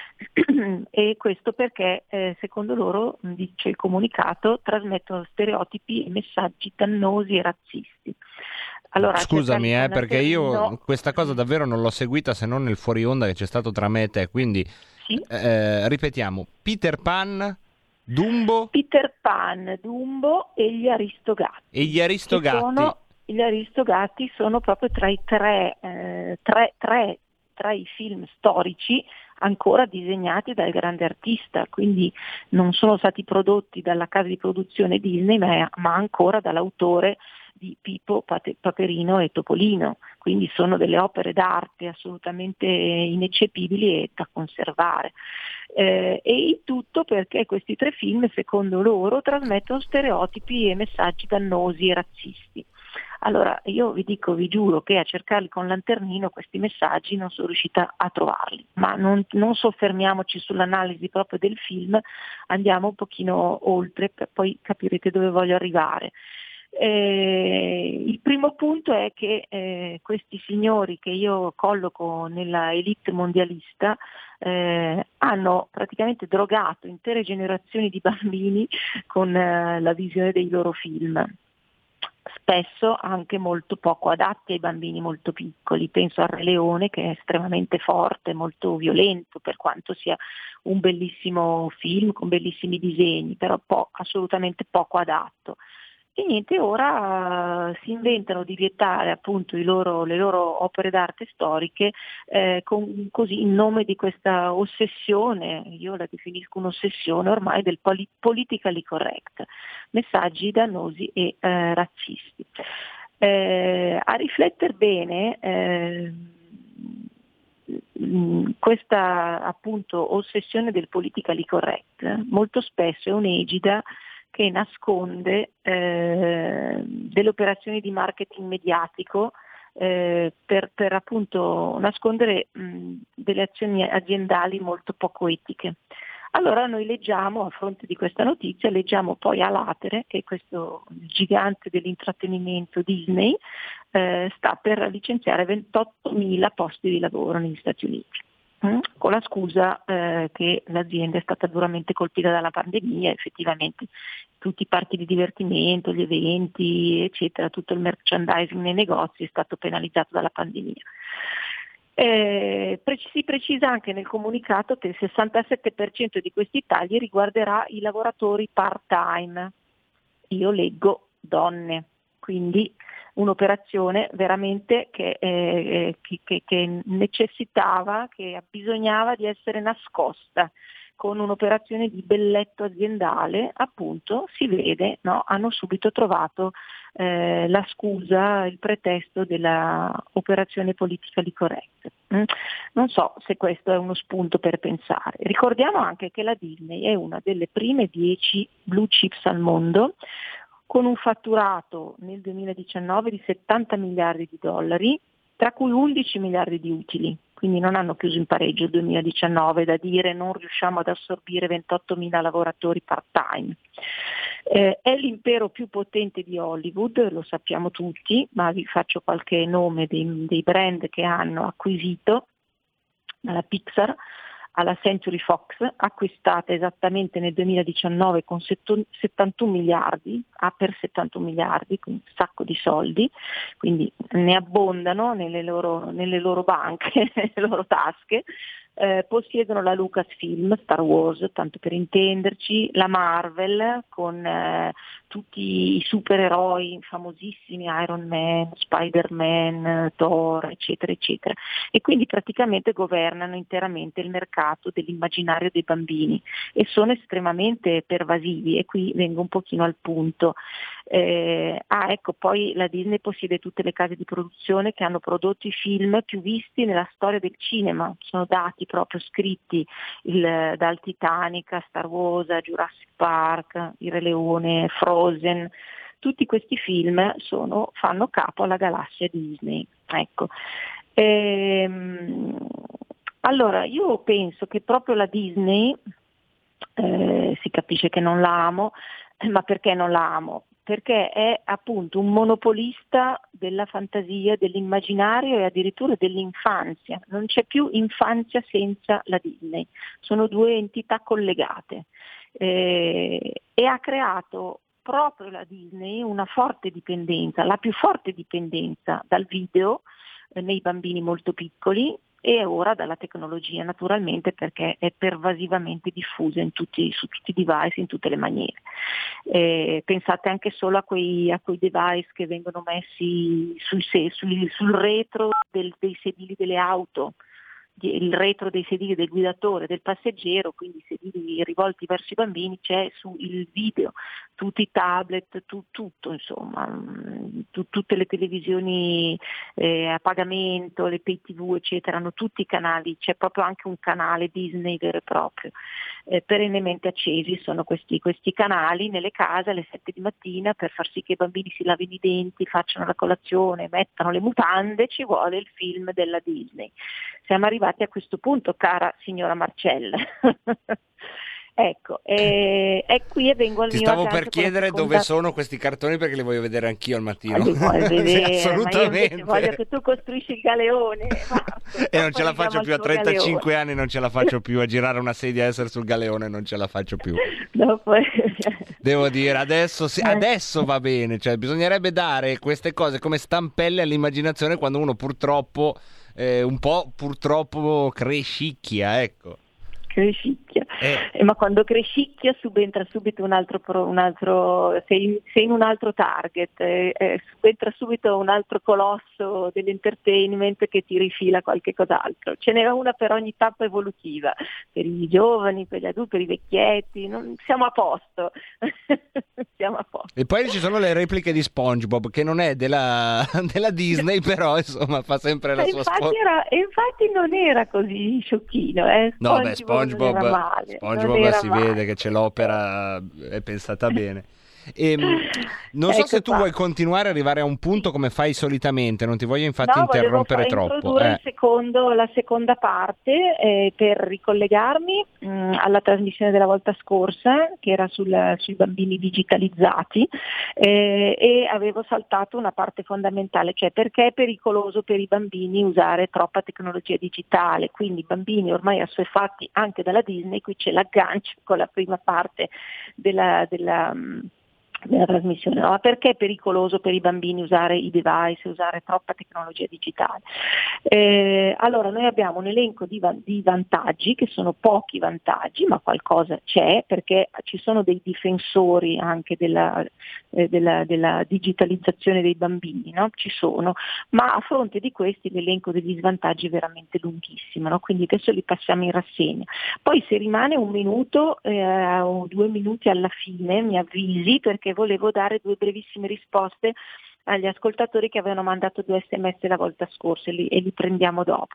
E questo perché eh, secondo loro, dice il comunicato, trasmettono stereotipi e messaggi dannosi e razzisti. Allora, scusami eh, perché io no. questa cosa davvero non l'ho seguita se non nel fuori onda che c'è stato tra me e te, quindi sì? eh, ripetiamo, Peter Pan, Dumbo, Peter Pan, Dumbo e gli Aristogatti. E gli Aristogatti. Sono, gli Aristogatti sono proprio tra i tre, eh, tre, tre tra i film storici ancora disegnati dal grande artista, quindi non sono stati prodotti dalla casa di produzione Disney, ma, ma ancora dall'autore di Pippo, Paperino e Topolino, quindi sono delle opere d'arte assolutamente ineccepibili e da conservare. Eh, e il tutto perché questi tre film, secondo loro, trasmettono stereotipi e messaggi dannosi e razzisti. Allora io vi dico, vi giuro che a cercarli con lanternino questi messaggi non sono riuscita a trovarli, ma non, non soffermiamoci sull'analisi proprio del film, andiamo un pochino oltre, per poi capirete dove voglio arrivare. Eh, il primo punto è che eh, questi signori che io colloco nella elite mondialista eh, hanno praticamente drogato intere generazioni di bambini con eh, la visione dei loro film, spesso anche molto poco adatti ai bambini molto piccoli. Penso al Re Leone, che è estremamente forte, molto violento, per quanto sia un bellissimo film con bellissimi disegni, però po- assolutamente poco adatto. E niente, ora uh, si inventano di vietare appunto i loro, le loro opere d'arte storiche eh, con, così in nome di questa ossessione, io la definisco un'ossessione ormai del poli- politically correct, messaggi dannosi e eh, razzisti. Eh, a riflettere bene, eh, questa appunto ossessione del politically correct molto spesso è un'egida che nasconde eh, delle operazioni di marketing mediatico eh, per, per appunto nascondere mh, delle azioni aziendali molto poco etiche. Allora noi leggiamo, a fronte di questa notizia, leggiamo poi a latere che questo gigante dell'intrattenimento Disney eh, sta per licenziare ventottomila posti di lavoro negli Stati Uniti. Con la scusa eh, che l'azienda è stata duramente colpita dalla pandemia, effettivamente tutti i parchi di divertimento, gli eventi, eccetera, tutto il merchandising nei negozi è stato penalizzato dalla pandemia. Eh, preci- si precisa anche nel comunicato che il sessantasette per cento di questi tagli riguarderà i lavoratori part-time, io leggo donne, quindi un'operazione veramente che, eh, che, che, che necessitava, che abbisognava di essere nascosta con un'operazione di belletto aziendale. Appunto si vede, no? Hanno subito trovato eh, la scusa, il pretesto della operazione politically correct. Mm? Non so se questo è uno spunto per pensare. Ricordiamo anche che la Disney è una delle prime dieci blue chips al mondo, con un fatturato nel duemiladiciannove di settanta miliardi di dollari, tra cui undici miliardi di utili, quindi non hanno chiuso in pareggio il duemiladiciannove, da dire non riusciamo ad assorbire ventottomila lavoratori part-time. Eh, è l'impero più potente di Hollywood, lo sappiamo tutti, ma vi faccio qualche nome dei, dei brand che hanno acquisito dalla Pixar. alla Century Fox, acquistata esattamente nel duemiladiciannove con settantuno miliardi, ah, per settantuno miliardi, quindi un sacco di soldi, quindi ne abbondano nelle loro, nelle loro banche, nelle loro tasche. Eh, possiedono la Lucasfilm, Star Wars, tanto per intenderci, la Marvel con eh, tutti i supereroi famosissimi, Iron Man, Spider-Man, Thor, eccetera, eccetera. E quindi praticamente governano interamente il mercato dell'immaginario dei bambini e sono estremamente pervasivi, e qui vengo un pochino al punto. Eh, ah ecco, poi la Disney possiede tutte le case di produzione che hanno prodotto i film più visti nella storia del cinema, sono dati proprio scritti il, dal Titanic a Star Wars, a Jurassic Park, Il Re Leone, Frozen. Tutti questi film sono, fanno capo alla galassia Disney. Ecco. Ehm, allora io penso che proprio la Disney, eh, si capisce che non la amo, ma perché non la amo? Perché è appunto un monopolista della fantasia, dell'immaginario e addirittura dell'infanzia. Non c'è più infanzia senza la Disney, sono due entità collegate, eh, e ha creato proprio la Disney una forte dipendenza, la più forte dipendenza dal video eh, nei bambini molto piccoli, e ora dalla tecnologia naturalmente, perché è pervasivamente diffusa in tutti, su tutti i device, in tutte le maniere. Eh, pensate anche solo a quei, a quei device che vengono messi sul, sul, sul retro del, dei sedili delle auto, il retro dei sedili del guidatore, del passeggero, quindi i sedili rivolti verso i bambini, c'è su il video, tutti i tablet, tu, tutto insomma, tu, tutte le televisioni eh, a pagamento, le pay tv eccetera, hanno tutti i canali, c'è proprio anche un canale Disney vero e proprio, eh, perennemente accesi sono questi, questi canali nelle case alle sette di mattina per far sì che i bambini si lavino i denti, facciano la colazione, mettano le mutande, ci vuole il film della Disney. Siamo arrivati a questo punto, cara signora Marcella. Ecco, e, e qui e vengo al Ti mio stavo aggancio per chiedere con la dove seconda... sono questi cartoni, perché li voglio vedere anch'io al mattino. Li vuoi vedere, Sì, ma io assolutamente. invece voglio che tu costruisci il galeone, Marco, E non ce la poi faccio andiamo più, a al tuo trentacinque galeone. anni non ce la faccio più, a girare una sedia e essere sul galeone non ce la faccio più. Dopo... Devo dire, adesso, sì, adesso va bene, cioè bisognerebbe dare queste cose come stampelle all'immaginazione quando uno purtroppo, eh, un po' purtroppo crescicchia, ecco. Crescicchia, Eh. eh, ma quando crescicchia subentra subito un altro, pro, un altro sei, in, sei in un altro target, eh, eh, subentra subito un altro colosso dell'entertainment che ti rifila qualche cos'altro. Ce n'era una per ogni tappa evolutiva, per i giovani, per gli adulti, per i vecchietti, non, siamo a posto. Siamo a posto. E poi ci sono le repliche di SpongeBob, che non è della, della Disney, però insomma fa sempre la E sua infatti, sport. era, e infatti non era così sciocchino, eh. No, beh, SpongeBob non SpongeBob, era male, SpongeBob non era si male. vede che c'è l'opera, è pensata bene. E, non so Ecco se tu qua. vuoi continuare a arrivare a un punto come fai solitamente, non ti voglio infatti No, volevo interrompere fa- troppo. introdurre eh. il secondo, la seconda parte eh, per ricollegarmi mh, alla trasmissione della volta scorsa, che era sul- sui bambini digitalizzati, eh, e avevo saltato una parte fondamentale, cioè perché è pericoloso per i bambini usare troppa tecnologia digitale. Quindi i bambini ormai assuefatti anche dalla Disney, qui c'è l'aggancio con la prima parte della, della mh, della trasmissione, no? Ma perché è pericoloso per i bambini usare i device, usare troppa tecnologia digitale? Eh, allora noi abbiamo un elenco di, va- di vantaggi, che sono pochi vantaggi, ma qualcosa c'è, perché ci sono dei difensori anche della, eh, della, della digitalizzazione dei bambini, no? Ci sono, ma a fronte di questi l'elenco degli svantaggi è veramente lunghissimo, no? Quindi adesso li passiamo in rassegna. Poi se rimane un minuto eh, o due minuti alla fine mi avvisi, perché volevo dare due brevissime risposte agli ascoltatori che avevano mandato due sms la volta scorsa e li, e li prendiamo dopo.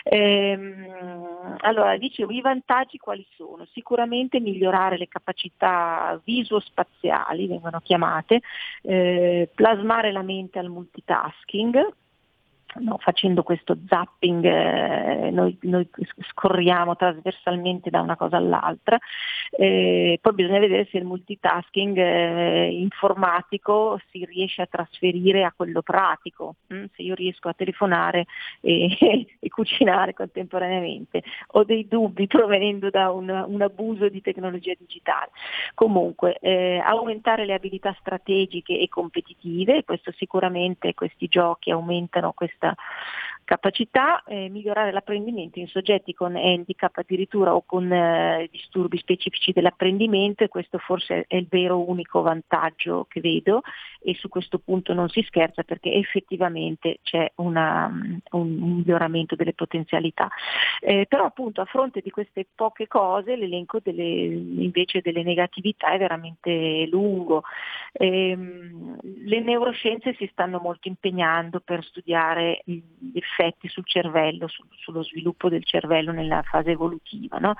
Ehm, allora, dicevo, i vantaggi quali sono? Sicuramente migliorare le capacità viso-spaziali, vengono chiamate, eh, plasmare la mente al multitasking, no, facendo questo zapping eh, noi, noi scorriamo trasversalmente da una cosa all'altra, eh, poi bisogna vedere se il multitasking eh, informatico si riesce a trasferire a quello pratico, mm? Se io riesco a telefonare e, e cucinare contemporaneamente. Ho dei dubbi provenendo da un, un abuso di tecnologia digitale. Comunque eh, aumentare le abilità strategiche e competitive, questo sicuramente, questi giochi aumentano questa capacità, eh, migliorare l'apprendimento in soggetti con handicap addirittura o con eh, disturbi specifici dell'apprendimento, e questo forse è il vero unico vantaggio che vedo, e su questo punto non si scherza perché effettivamente c'è una, un miglioramento delle potenzialità. Eh, però appunto a fronte di queste poche cose l'elenco delle, invece delle negatività è veramente lungo. Eh, le neuroscienze si stanno molto impegnando per studiare gli effetti sul cervello, su, sullo sviluppo del cervello nella fase evolutiva, no?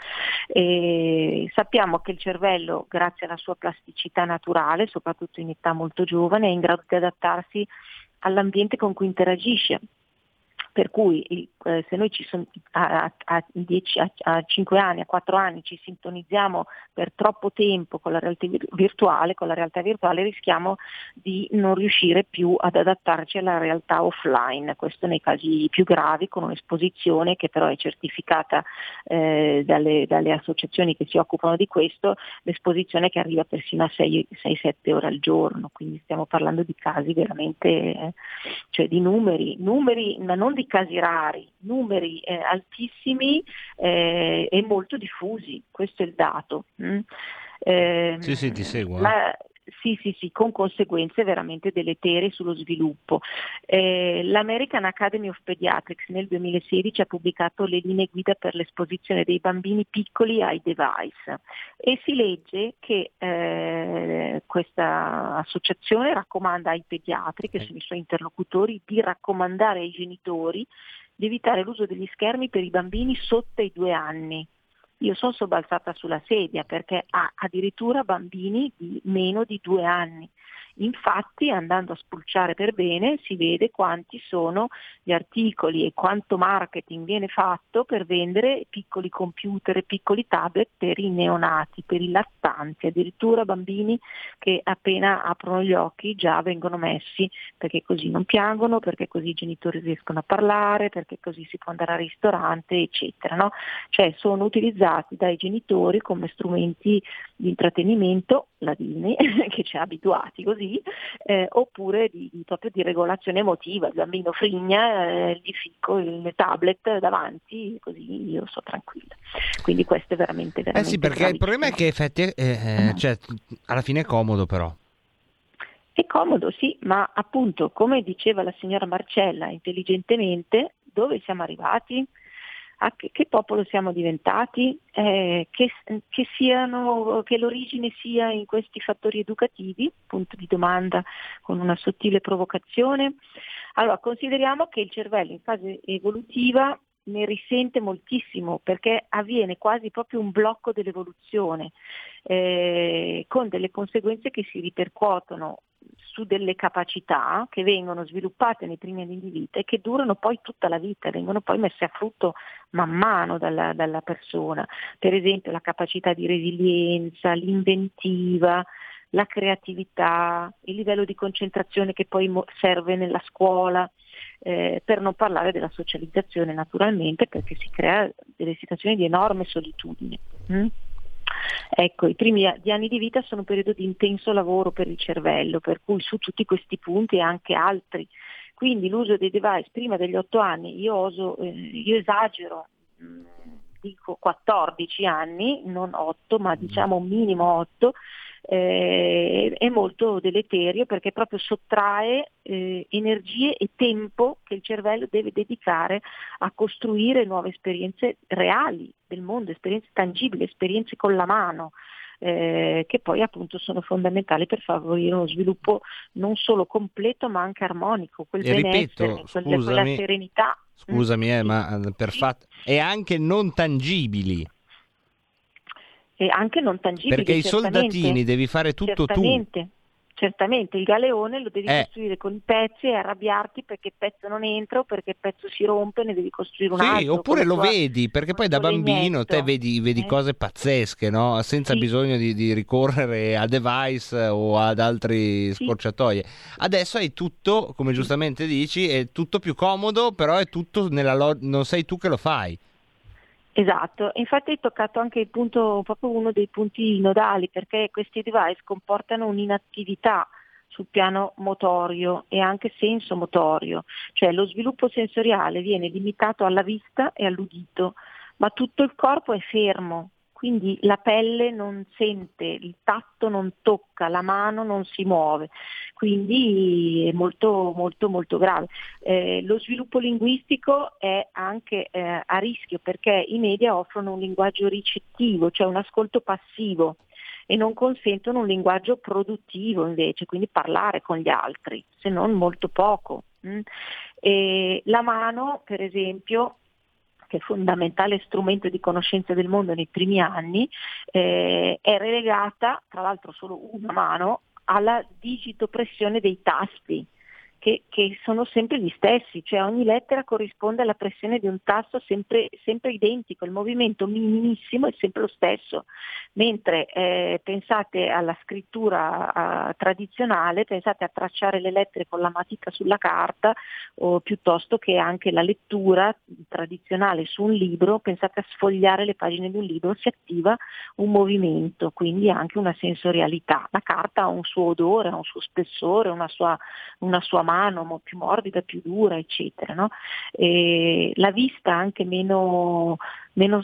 E sappiamo che il cervello, grazie alla sua plasticità naturale, soprattutto in età molto giovane, è in grado di adattarsi all'ambiente con cui interagisce. Per cui eh, se noi ci son, a, a, dieci, a, a cinque anni, a quattro anni ci sintonizziamo per troppo tempo con la realtà virtuale, con la realtà virtuale rischiamo di non riuscire più ad adattarci alla realtà offline, questo nei casi più gravi, con un'esposizione che però è certificata eh, dalle, dalle associazioni che si occupano di questo, l'esposizione che arriva persino a sei sette ore al giorno, quindi stiamo parlando di casi veramente, eh, cioè di numeri, numeri ma non di casi rari, numeri eh, altissimi eh, e molto diffusi, questo è il dato. Mm? Eh, sì, sì, ti seguo. Ma, sì, sì, sì, con conseguenze veramente deleterie sullo sviluppo. Eh, L'American Academy of Pediatrics nel duemilasedici ha pubblicato le linee guida per l'esposizione dei bambini piccoli ai device e si legge che eh, questa associazione raccomanda ai pediatri, che sono i suoi interlocutori, di raccomandare ai genitori di evitare l'uso degli schermi per i bambini sotto i due anni. Io sono sobbalzata sulla sedia perché ha addirittura bambini di meno di due anni. Infatti, andando a spulciare per bene, si vede quanti sono gli articoli e quanto marketing viene fatto per vendere piccoli computer e piccoli tablet per i neonati, per i lattanti, addirittura bambini che appena aprono gli occhi già vengono messi, perché così non piangono, perché così i genitori riescono a parlare, perché così si può andare al ristorante, eccetera, no? Cioè sono utilizzati dai genitori come strumenti di intrattenimento, ladini, che ci ha abituati così, eh, oppure di, di, proprio di regolazione emotiva. Il bambino frigna, eh, gli ficco il tablet davanti, così io sto tranquilla. Quindi questo è veramente, veramente Eh sì, perché gravissimo. il problema è che effetti, eh, eh, cioè, alla fine è comodo però. È comodo, sì, ma appunto, come diceva la signora Marcella intelligentemente, dove siamo arrivati? A che, che popolo siamo diventati, eh, che, che, siano, che l'origine sia in questi fattori educativi, punto di domanda con una sottile provocazione. Allora, consideriamo che il cervello in fase evolutiva ne risente moltissimo perché avviene quasi proprio un blocco dell'evoluzione, eh, con delle conseguenze che si ripercuotono su delle capacità che vengono sviluppate nei primi anni di vita e che durano poi tutta la vita, vengono poi messe a frutto man mano dalla, dalla persona. Per esempio la capacità di resilienza, l'inventiva, la creatività, il livello di concentrazione che poi serve nella scuola, eh, per non parlare della socializzazione naturalmente, perché si crea delle situazioni di enorme solitudine. Mm? Ecco, i primi anni di vita sono un periodo di intenso lavoro per il cervello, per cui su tutti questi punti e anche altri. Quindi l'uso dei device prima degli otto anni, io oso, eh, io esagero, mh, dico quattordici anni, non otto, ma diciamo minimo otto, eh, è molto deleterio perché proprio sottrae eh, energie e tempo che il cervello deve dedicare a costruire nuove esperienze reali del mondo, esperienze tangibili, esperienze con la mano, eh, che poi appunto sono fondamentali per favorire uno sviluppo non solo completo ma anche armonico, quel e benessere, ripeto, quel, quella scusami, serenità. Scusami, eh, ma per fatto e anche non tangibili. E anche non tangibili, perché i certamente, soldatini devi fare tutto certamente, tu. Certamente, il galeone lo devi Eh. costruire con i pezzi e arrabbiarti perché il pezzo non entra o perché il pezzo si rompe e ne devi costruire un Sì, altro. oppure con lo il tuo- vedi, perché poi da tuo bambino te legnetto. vedi, vedi Eh. cose pazzesche, no? Senza Sì. bisogno di, di ricorrere a device o ad altri scorciatoie. Adesso hai tutto, come giustamente dici, è tutto più comodo, però è tutto nella lo- non sei tu che lo fai. Esatto, infatti hai toccato anche il punto, proprio uno dei punti nodali, perché questi device comportano un'inattività sul piano motorio e anche sensomotorio, cioè lo sviluppo sensoriale viene limitato alla vista e all'udito, ma tutto il corpo è fermo, quindi la pelle non sente, il tatto non tocca, la mano non si muove, quindi è molto molto molto grave. Eh, lo sviluppo linguistico è anche eh, a rischio perché i media offrono un linguaggio ricettivo, cioè un ascolto passivo, e non consentono un linguaggio produttivo invece, quindi parlare con gli altri, se non molto poco. mm. E la mano, per esempio, che è fondamentale strumento di conoscenza del mondo nei primi anni, eh, è relegata, tra l'altro solo una mano, alla digitopressione dei tasti, che, che sono sempre gli stessi, cioè ogni lettera corrisponde alla pressione di un tasto sempre, sempre identico, il movimento minimissimo è sempre lo stesso, mentre eh, pensate alla scrittura eh, tradizionale, pensate a tracciare le lettere con la matita sulla carta o piuttosto che anche la lettura tradizionale su un libro, pensate a sfogliare le pagine di un libro, si attiva un movimento, quindi anche una sensorialità. La carta ha un suo odore, ha un suo spessore, una sua, una sua mano mo- più morbida, più dura, eccetera. No? E la vista anche meno, meno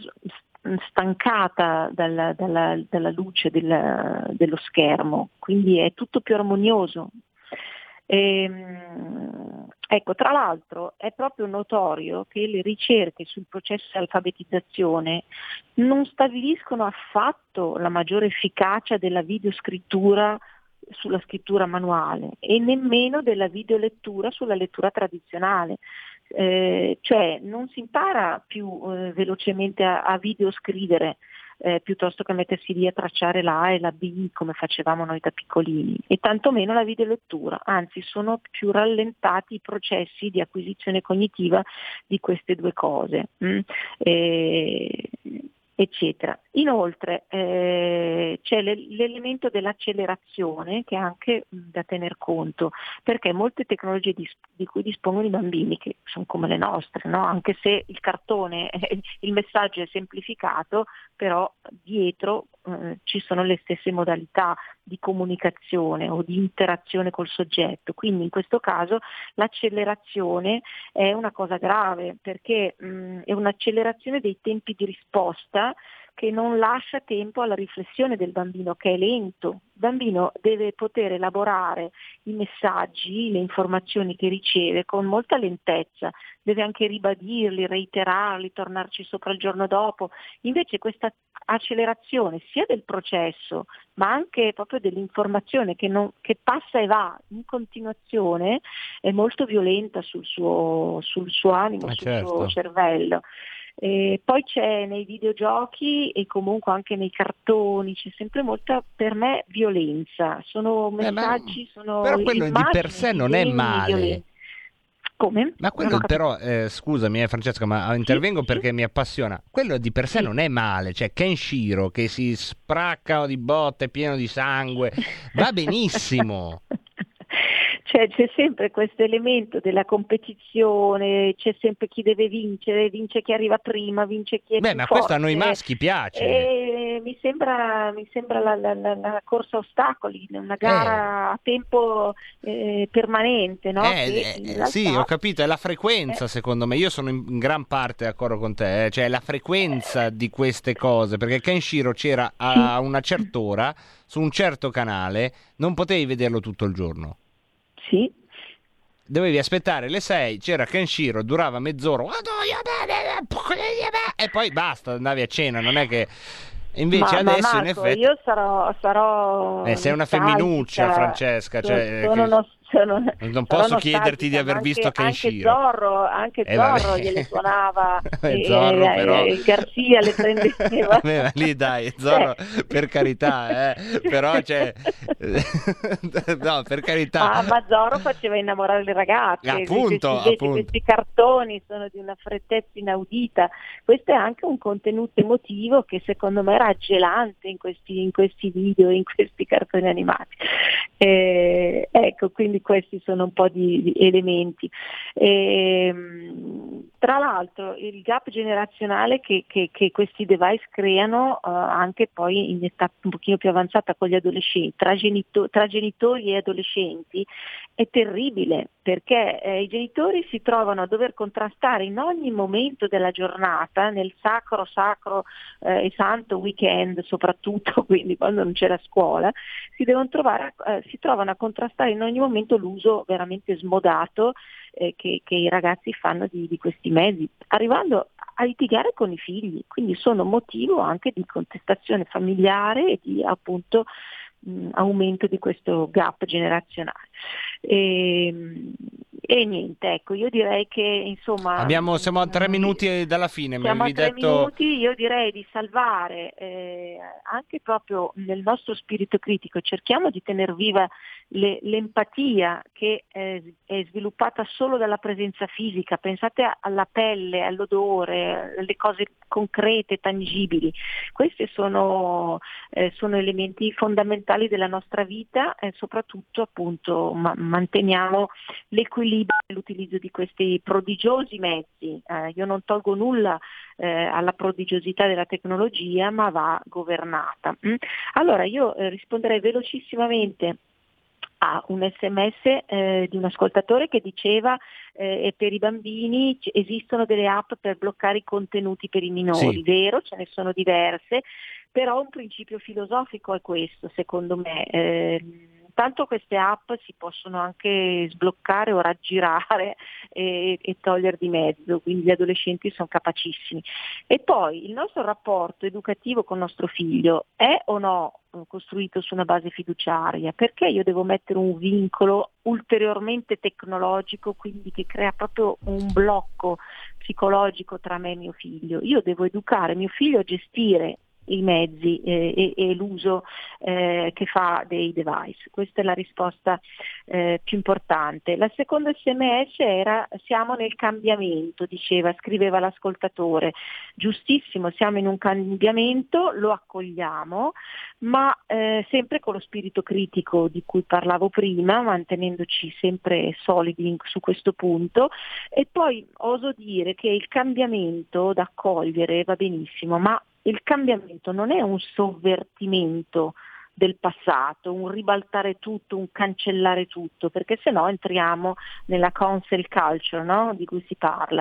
stancata dalla, dalla, dalla luce del, dello schermo, quindi è tutto più armonioso. Ehm, ecco, tra l'altro è proprio notorio che le ricerche sul processo di alfabetizzazione non stabiliscono affatto la maggiore efficacia della videoscrittura sulla scrittura manuale e nemmeno della videolettura sulla lettura tradizionale. Eh, cioè non si impara più eh, velocemente a, a videoscrivere eh, piuttosto che mettersi lì a tracciare la A e la B come facevamo noi da piccolini, e tantomeno la videolettura, anzi sono più rallentati i processi di acquisizione cognitiva di queste due cose. Mm? E, eccetera. Inoltre eh, c'è le- l'elemento dell'accelerazione che è anche mh, da tener conto, perché molte tecnologie di, di cui dispongono i bambini, che sono come le nostre, no? Anche se il cartone, eh, il messaggio è semplificato, però dietro eh, ci sono le stesse modalità di comunicazione o di interazione col soggetto, quindi in questo caso l'accelerazione è una cosa grave perché mh, è un'accelerazione dei tempi di risposta che non lascia tempo alla riflessione del bambino, che è lento. Il bambino deve poter elaborare i messaggi, le informazioni che riceve con molta lentezza, deve anche ribadirli, reiterarli, tornarci sopra il giorno dopo. Invece questa accelerazione sia del processo ma anche proprio dell'informazione che, non, che passa e va in continuazione è molto violenta sul suo, sul suo animo, Ma sul certo. suo cervello. E poi c'è nei videogiochi e comunque anche nei cartoni, c'è sempre molta, per me, violenza. Sono messaggi, sono Però quello di immagini, per sé non è disegni male. violenti. Come? Ma quello Non ho capito. però, eh, scusami eh, Francesca, ma intervengo perché mi appassiona. Quello di per sé non è male, cioè Kenshiro che si spracca di botte, pieno di sangue, va benissimo. Cioè, c'è sempre questo elemento della competizione, c'è sempre chi deve vincere, vince chi arriva prima, vince chi è Beh, più ma forte. questo a noi maschi piace. E mi sembra, mi sembra la, la- la- la corsa a ostacoli, una gara a tempo eh, permanente, no? Eh, Che eh, in eh, realtà- sì, ho capito, è la frequenza Eh. secondo me, io sono in in gran parte d'accordo con te, eh, cioè la frequenza di queste cose, perché Kenshiro c'era a una certa ora, su un certo canale, non potevi vederlo tutto il giorno. Sì. Dovevi aspettare le sei, c'era Kenshiro, durava mezz'ora, e poi basta, andavi a cena, non è che... Invece ma, adesso ma in Marco, effetti io sarò, sarò eh, sei una nostalgica. femminuccia, Francesca, cioè, sono, sono che... no- sono, non posso chiederti di aver anche, visto Kenshiro. Anche Zorro, anche Eh, Zorro vabbè. gliele suonava e, Zorro, e- però... e Garcia le prendeva. Vabbè, ma lì dai, Zorro, per carità, eh. Però cioè... no, per carità. Ah, ma Zorro faceva innamorare le ragazze. Appunto, questi, invece, appunto. questi cartoni sono di una freddezza inaudita. Questo è anche un contenuto emotivo che secondo me era gelante in questi, in questi video, in questi cartoni animati. Eh, ecco, quindi questi sono un po' di, di elementi. Eh, tra l'altro il gap generazionale che, che, che questi device creano uh, anche poi in età un pochino più avanzata con gli adolescenti, tra, genito- tra genitori e adolescenti, è terribile, perché eh, i genitori si trovano a dover contrastare in ogni momento della giornata, nel sacro sacro eh, e santo weekend soprattutto, quindi quando non c'è la scuola, si devono trovare, eh, si trovano a contrastare in ogni momento l'uso veramente smodato eh, che, che i ragazzi fanno di, di questi mezzi, arrivando a litigare con i figli, quindi sono motivo anche di contestazione familiare e di appunto mh, aumento di questo gap generazionale. E, e niente, ecco, io direi che insomma Abbiamo, siamo a tre minuti dalla fine, mi siamo a avevi tre detto... minuti, io direi di salvare eh, anche proprio nel nostro spirito critico, cerchiamo di tener viva le, l'empatia che eh, è sviluppata solo dalla presenza fisica, pensate alla pelle, all'odore, alle cose concrete, tangibili, questi sono, eh, sono elementi fondamentali della nostra vita e soprattutto appunto ma- manteniamo l'equilibrio nell'utilizzo di questi prodigiosi mezzi. Eh, io non tolgo nulla eh, alla prodigiosità della tecnologia, ma va governata. Mm? Allora io eh, risponderei velocissimamente a un sms eh, di un ascoltatore che diceva eh, per i bambini c- esistono delle app per bloccare i contenuti per i minori, Sì. vero, ce ne sono diverse, però un principio filosofico è questo, secondo me. Eh, Tanto queste app si possono anche sbloccare o raggirare e, e togliere di mezzo, quindi gli adolescenti sono capacissimi. E poi il nostro rapporto educativo con nostro figlio è o no costruito su una base fiduciaria? Perché io devo mettere un vincolo ulteriormente tecnologico, quindi che crea proprio un blocco psicologico tra me e mio figlio? Io devo educare mio figlio a gestire i mezzi eh, e, e l'uso eh, che fa dei device. Questa è la risposta eh, più importante. La seconda sms era siamo nel cambiamento, diceva, scriveva l'ascoltatore. Giustissimo, siamo in un cambiamento, lo accogliamo, ma eh, sempre con lo spirito critico di cui parlavo prima, mantenendoci sempre solidi in, su questo punto. E poi oso dire che il cambiamento da accogliere va benissimo, ma il cambiamento non è un sovvertimento del passato, un ribaltare tutto, un cancellare tutto, perché se no entriamo nella cancel culture, no? Di cui si parla.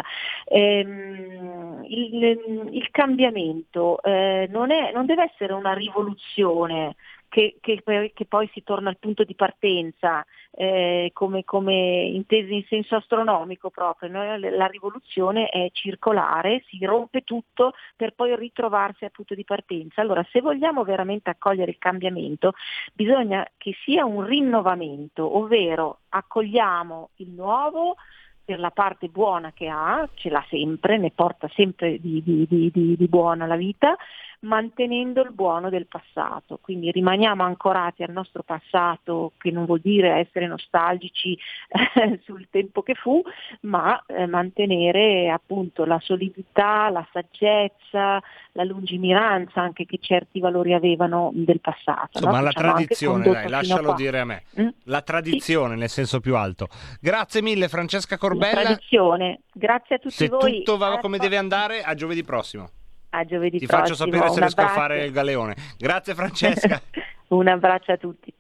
Ehm, il, il cambiamento eh, non, è, non deve essere una rivoluzione che, che, che poi si torna al punto di partenza, eh, come, come intesi in senso astronomico proprio, no? La rivoluzione è circolare, si rompe tutto per poi ritrovarsi al punto di partenza. Allora, se vogliamo veramente accogliere il cambiamento, bisogna che sia un rinnovamento, ovvero accogliamo il nuovo per la parte buona che ha, ce l'ha sempre, ne porta sempre di, di, di, di, di buona la vita, mantenendo il buono del passato. Quindi rimaniamo ancorati al nostro passato, che non vuol dire essere nostalgici eh, sul tempo che fu, ma eh, mantenere appunto la solidità, la saggezza, la lungimiranza anche che certi valori avevano del passato. Insomma, no? la tradizione, dai, lascialo a dire a me. Mm? La tradizione, sì, nel senso più alto. Grazie mille Francesca Corbella. La tradizione. Grazie a tutti Se voi. tutto va a come deve andare, a giovedì prossimo. A giovedì Ti prossimo. faccio sapere se Un riesco a abbraccio. fare il galeone. Grazie Francesca. Un abbraccio a tutti.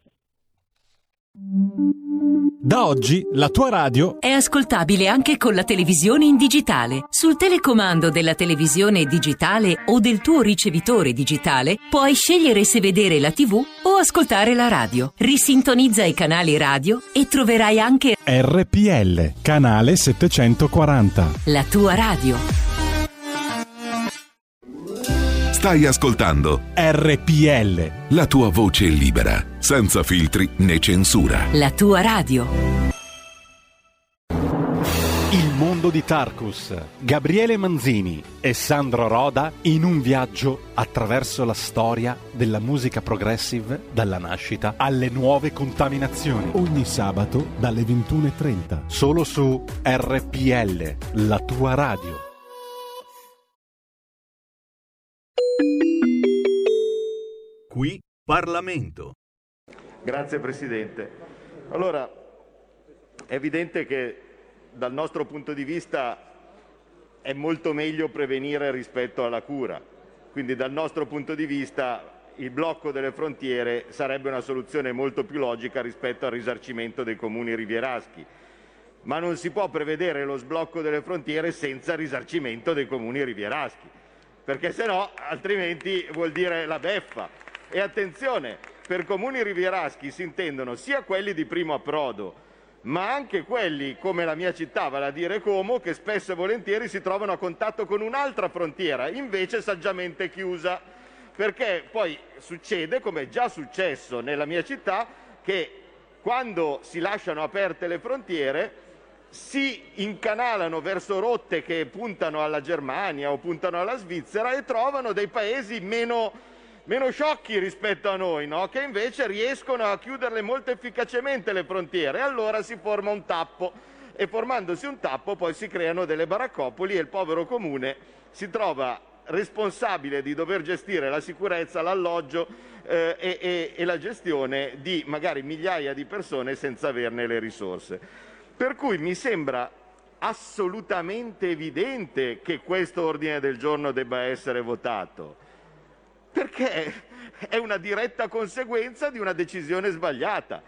Da oggi la tua radio è ascoltabile anche con la televisione in digitale. Sul telecomando della televisione digitale o del tuo ricevitore digitale puoi scegliere se vedere la tivù o ascoltare la radio. Risintonizza i canali radio e troverai anche R P L, canale settecentoquaranta. la tua radio. Stai ascoltando R P L, la tua voce libera, senza filtri né censura. La tua radio. Il mondo di Tarkus, Gabriele Manzini e Sandro Roda in un viaggio attraverso la storia della musica progressive dalla nascita alle nuove contaminazioni. Ogni sabato dalle ventuno e trenta. Solo su R P L, la tua radio. Qui Parlamento. Grazie Presidente. Allora, è evidente che dal nostro punto di vista è molto meglio prevenire rispetto alla cura. Quindi dal nostro punto di vista il blocco delle frontiere sarebbe una soluzione molto più logica rispetto al risarcimento dei comuni rivieraschi. Ma non si può prevedere lo sblocco delle frontiere senza risarcimento dei comuni rivieraschi, perché se no altrimenti vuol dire la beffa. E attenzione, per comuni rivieraschi si intendono sia quelli di primo approdo, ma anche quelli come la mia città, vale a dire Como, che spesso e volentieri si trovano a contatto con un'altra frontiera, invece saggiamente chiusa. Perché poi succede, come è già successo nella mia città, che quando si lasciano aperte le frontiere si incanalano verso rotte che puntano alla Germania o puntano alla Svizzera e trovano dei paesi meno... meno sciocchi rispetto a noi, no? Che invece riescono a chiuderle molto efficacemente le frontiere, e allora si forma un tappo, e formandosi un tappo poi si creano delle baraccopoli e il povero comune si trova responsabile di dover gestire la sicurezza, l'alloggio eh, e, e, e la gestione di magari migliaia di persone senza averne le risorse. Per cui mi sembra assolutamente evidente che questo ordine del giorno debba essere votato, perché è una diretta conseguenza di una decisione sbagliata.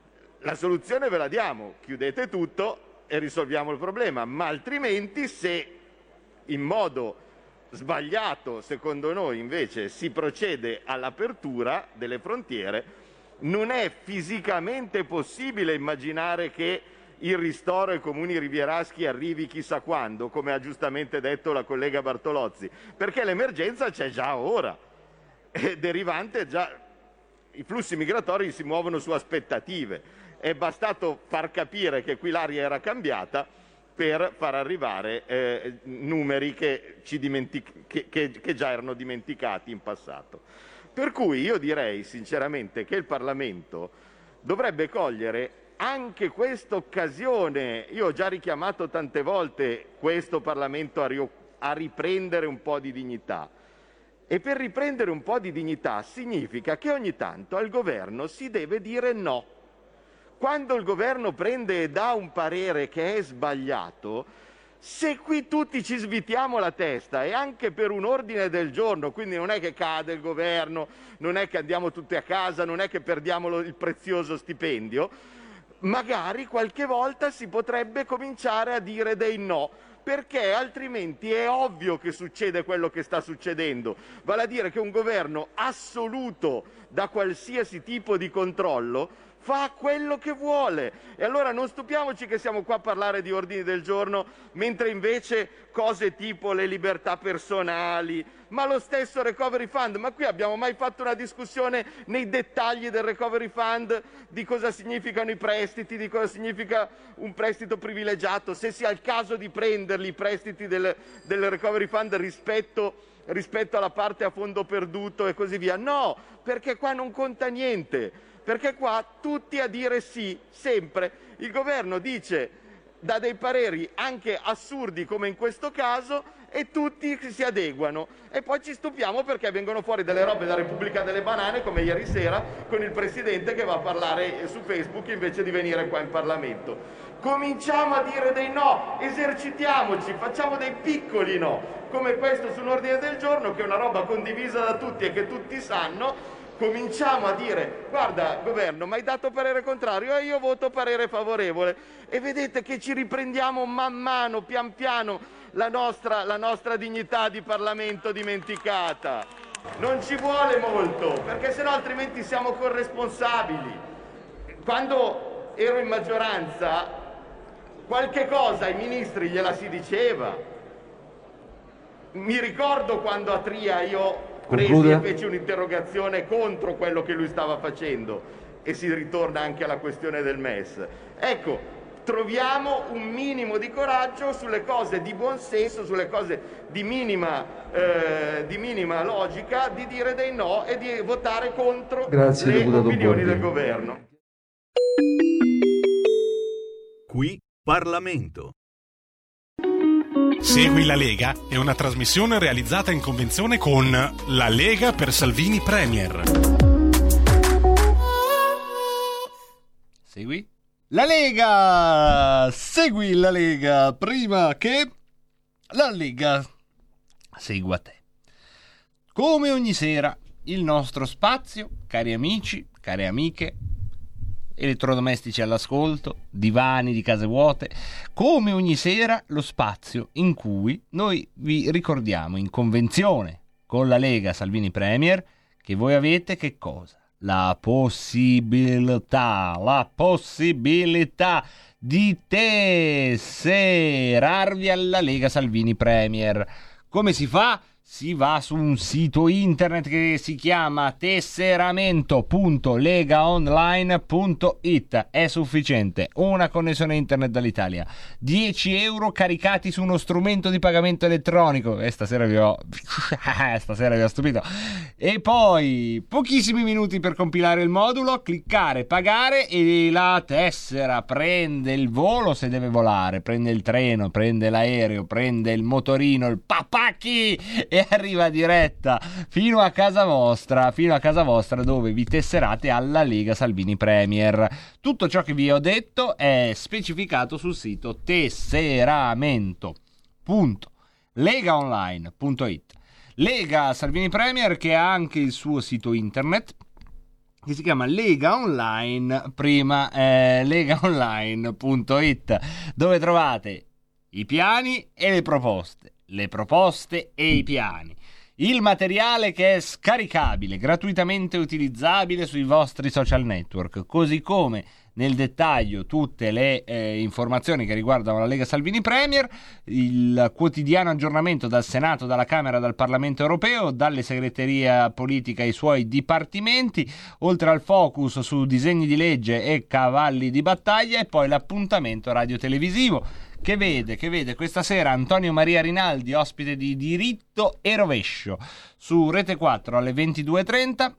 La soluzione ve la diamo, chiudete tutto e risolviamo il problema, ma altrimenti se in modo sbagliato, secondo noi, invece si procede all'apertura delle frontiere, non è fisicamente possibile immaginare che il ristoro ai comuni rivieraschi arrivi chissà quando, come ha giustamente detto la collega Bartolozzi, perché l'emergenza c'è già ora. È derivante già, i flussi migratori si muovono su aspettative, è bastato far capire che qui l'aria era cambiata per far arrivare eh, numeri che, ci dimentic- che, che, che già erano dimenticati in passato. Per cui io direi sinceramente che il Parlamento dovrebbe cogliere anche questa occasione. Io ho già richiamato tante volte questo Parlamento a, ri- a riprendere un po' di dignità. E per riprendere un po' di dignità significa che ogni tanto al governo si deve dire no. Quando il governo prende e dà un parere che è sbagliato, se qui tutti ci svitiamo la testa e anche per un ordine del giorno, quindi non è che cade il governo, non è che andiamo tutti a casa, non è che perdiamo lo, il prezioso stipendio, magari qualche volta si potrebbe cominciare a dire dei no, perché altrimenti è ovvio che succede quello che sta succedendo, vale a dire che un governo assoluto da qualsiasi tipo di controllo fa quello che vuole. E allora non stupiamoci che siamo qua a parlare di ordini del giorno, mentre invece cose tipo le libertà personali, ma lo stesso Recovery Fund, ma qui abbiamo mai fatto una discussione nei dettagli del Recovery Fund di cosa significano i prestiti, di cosa significa un prestito privilegiato, se sia il caso di prenderli i prestiti del, del Recovery Fund rispetto, rispetto alla parte a fondo perduto e così via. No, perché qua non conta niente, perché qua tutti a dire sì, sempre. Il governo dice, dà dei pareri anche assurdi come in questo caso, e tutti si adeguano, e poi ci stupiamo perché vengono fuori delle robe da Repubblica delle Banane come ieri sera con il Presidente che va a parlare su Facebook invece di venire qua in Parlamento. Cominciamo a dire dei no, esercitiamoci, facciamo dei piccoli no, come questo su un ordine del giorno che è una roba condivisa da tutti e che tutti sanno. Cominciamo a dire, guarda governo, mi hai dato parere contrario e io voto parere favorevole, e vedete che ci riprendiamo man mano, pian piano, la nostra, la nostra dignità di Parlamento dimenticata. Non ci vuole molto, perché sennò altrimenti siamo corresponsabili. Quando ero in maggioranza qualche cosa ai ministri gliela si diceva. Mi ricordo quando a Tria io Presi Conclude. e fece un'interrogazione contro quello che lui stava facendo e si ritorna anche alla questione del M E S. Ecco, troviamo un minimo di coraggio sulle cose di buon senso, sulle cose di minima, eh, di minima logica, di dire dei no e di votare contro Grazie, le deputato opinioni Borghi. del governo. Qui Parlamento. Segui la Lega è una trasmissione realizzata in convenzione con La Lega per Salvini Premier. Segui la Lega, segui la Lega prima che la Lega segua te. Come ogni sera, il nostro spazio, cari amici, care amiche, elettrodomestici all'ascolto, divani di case vuote, come ogni sera lo spazio in cui noi vi ricordiamo in convenzione con la Lega Salvini Premier che voi avete che cosa? La possibilità, la possibilità di tesserarvi alla Lega Salvini Premier. Come si fa? Si va su un sito internet che si chiama tesseramento punto legaonline punto it. È sufficiente una connessione internet dall'Italia, dieci euro caricati su uno strumento di pagamento elettronico. E stasera vi ho stasera vi ho stupito. E poi pochissimi minuti per compilare il modulo, cliccare, pagare e la tessera prende il volo se deve volare, prende il treno, prende l'aereo, prende il motorino, il papacchi e arriva diretta fino a casa vostra, fino a casa vostra dove vi tesserate alla Lega Salvini Premier. Tutto ciò che vi ho detto è specificato sul sito tesseramento punto legaonline punto it. Lega Salvini Premier che ha anche il suo sito internet che si chiama Lega Online, prima eh, legaonline punto it, dove trovate i piani e le proposte, le proposte e i piani, il materiale che è scaricabile, gratuitamente utilizzabile sui vostri social network, così come nel dettaglio tutte le eh, informazioni che riguardano la Lega Salvini Premier, il quotidiano aggiornamento dal Senato, dalla Camera, dal Parlamento Europeo, dalle segreterie politica ai suoi dipartimenti, oltre al focus su disegni di legge e cavalli di battaglia, e poi l'appuntamento radiotelevisivo che vede, che vede questa sera Antonio Maria Rinaldi, ospite di Diritto e Rovescio, su Rete quattro alle ventidue e trenta.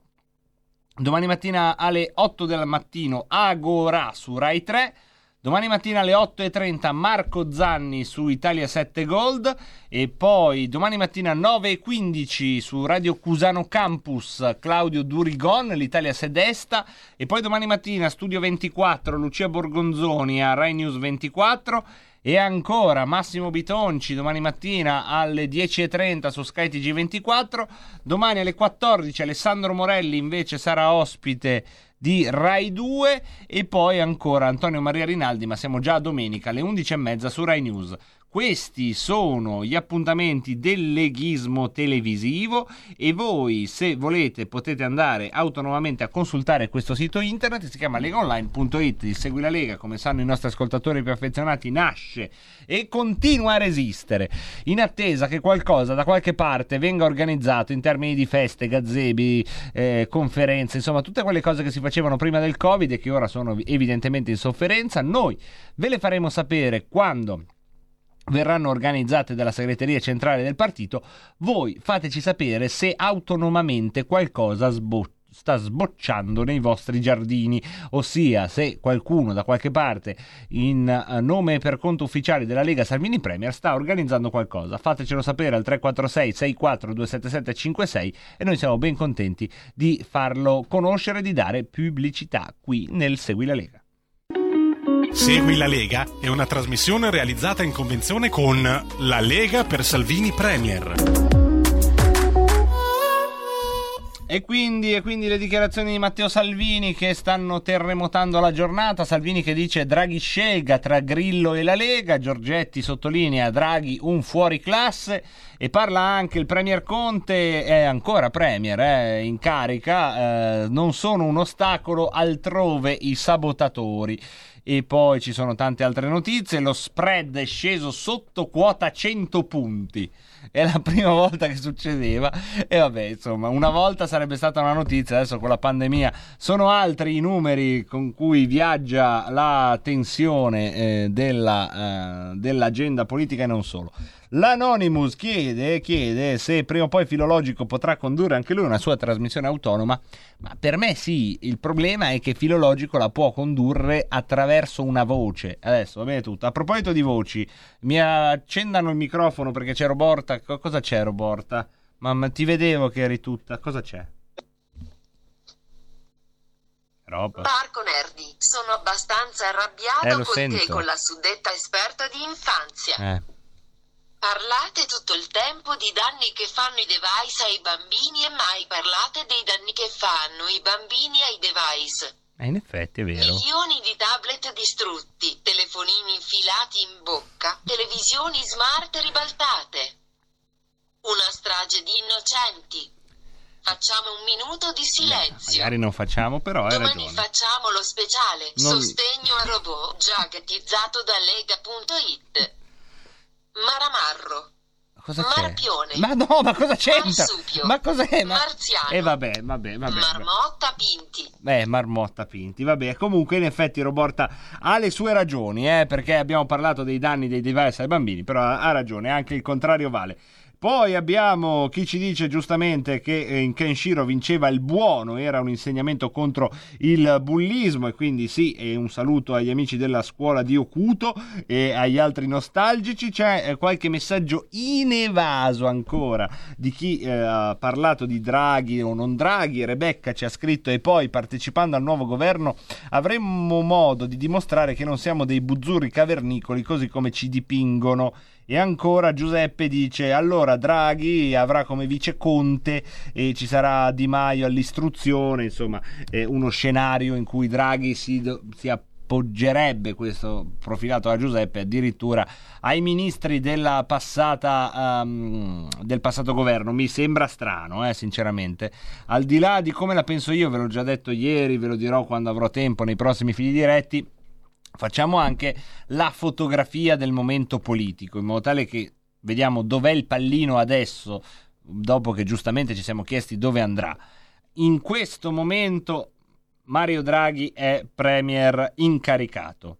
Domani mattina alle otto del mattino Agora su Rai tre. Domani mattina alle otto e trenta Marco Zanni su Italia sette Gold. E poi domani mattina nove e quindici su Radio Cusano Campus Claudio Durigon, l'Italia Sedesta. E poi domani mattina Studio ventiquattro Lucia Borgonzoni a Rai News ventiquattro. E ancora Massimo Bitonci domani mattina alle dieci e trenta su Sky T G ventiquattro. Domani alle quattordici Alessandro Morelli invece sarà ospite di Rai due. E poi ancora Antonio Maria Rinaldi, ma siamo già a domenica alle undici e mezza su Rai News. Questi sono gli appuntamenti del leghismo televisivo e voi, se volete, potete andare autonomamente a consultare questo sito internet, si chiama legaonline punto it. Il Segui la Lega, come sanno i nostri ascoltatori più affezionati, nasce e continua a resistere in attesa che qualcosa da qualche parte venga organizzato in termini di feste, gazebi, eh, conferenze, insomma tutte quelle cose che si facevano prima del Covid e che ora sono evidentemente in sofferenza. Noi ve le faremo sapere quando verranno organizzate dalla segreteria centrale del partito. Voi fateci sapere se autonomamente qualcosa sboccia sta sbocciando nei vostri giardini, ossia se qualcuno da qualche parte in nome e per conto ufficiale della Lega Salvini Premier sta organizzando qualcosa. Fatecelo sapere al tre quattro sei sei quattro due sette sette cinque sei e noi siamo ben contenti di farlo conoscere e di dare pubblicità qui nel Segui la Lega. Segui la Lega è una trasmissione realizzata in convenzione con La Lega per Salvini Premier. E quindi, e quindi le dichiarazioni di Matteo Salvini che stanno terremotando la giornata. Salvini che dice Draghi scelga tra Grillo e la Lega. Giorgetti sottolinea Draghi un fuoriclasse. E parla anche il Premier Conte, è ancora Premier, eh, in carica, eh, non sono un ostacolo altrove i sabotatori. e poi ci sono tante altre notizie. Lo spread è sceso sotto quota cento punti, è la prima volta che succedeva, e vabbè, insomma, una volta sarebbe stata una notizia, adesso con la pandemia sono altri i numeri con cui viaggia la tensione eh, della, eh, dell'agenda politica e non solo. L'Anonymous chiede, chiede se prima o poi Filologico potrà condurre anche lui una sua trasmissione autonoma, ma per me sì, il problema è che Filologico la può condurre attraverso una voce. Adesso va bene tutto. A proposito di voci, mi accendano il microfono perché c'è Roborta. Cosa c'è, Roborta? Mamma, ti vedevo che eri tutta. Cosa c'è? Roba. Marco Nerdi, sono abbastanza arrabbiato Eh, lo con sento. te, con la suddetta esperta di infanzia. Eh. Parlate tutto il tempo di danni che fanno i device ai bambini e mai parlate dei danni che fanno i bambini ai device. Eh, in effetti è vero. Milioni di tablet distrutti, telefonini infilati in bocca, televisioni smart ribaltate. Una strage di innocenti. Facciamo un minuto di silenzio. Magari non facciamo, però hai Domani ragione. facciamo lo speciale Non- Sostegno a robot, già gattizzato da lega punto it. Maramarro. Cosa c'è? Marpione. Ma no, ma cosa c'entra? Marsupio. Ma cos'è? Ma... Marziano. E eh, vabbè, vabbè, vabbè. Marmotta Pinti. Beh, Marmotta Pinti, vabbè. Comunque, in effetti, Roborta ha le sue ragioni, eh, perché abbiamo parlato dei danni dei device ai bambini, però ha, ha ragione, anche il contrario vale. Poi abbiamo chi ci dice giustamente che eh, in Kenshiro vinceva il buono, era un insegnamento contro il bullismo, e quindi sì, e un saluto agli amici della scuola di Okuto e agli altri nostalgici. C'è eh, qualche messaggio inevaso ancora di chi eh, ha parlato di Draghi o non Draghi. Rebecca ci ha scritto: e poi partecipando al nuovo governo avremmo modo di dimostrare che non siamo dei buzzurri cavernicoli così come ci dipingono. E ancora Giuseppe dice: allora Draghi avrà come vice Conte e ci sarà Di Maio all'istruzione, insomma è uno scenario in cui Draghi si, si appoggerebbe, questo profilato da Giuseppe, addirittura ai ministri della passata um, del passato governo. Mi sembra strano, eh, sinceramente, al di là di come la penso io, ve l'ho già detto ieri, ve lo dirò quando avrò tempo nei prossimi fili diretti. Facciamo anche la fotografia del momento politico, in modo tale che vediamo dov'è il pallino adesso, dopo che giustamente ci siamo chiesti dove andrà. In questo momento Mario Draghi è premier incaricato.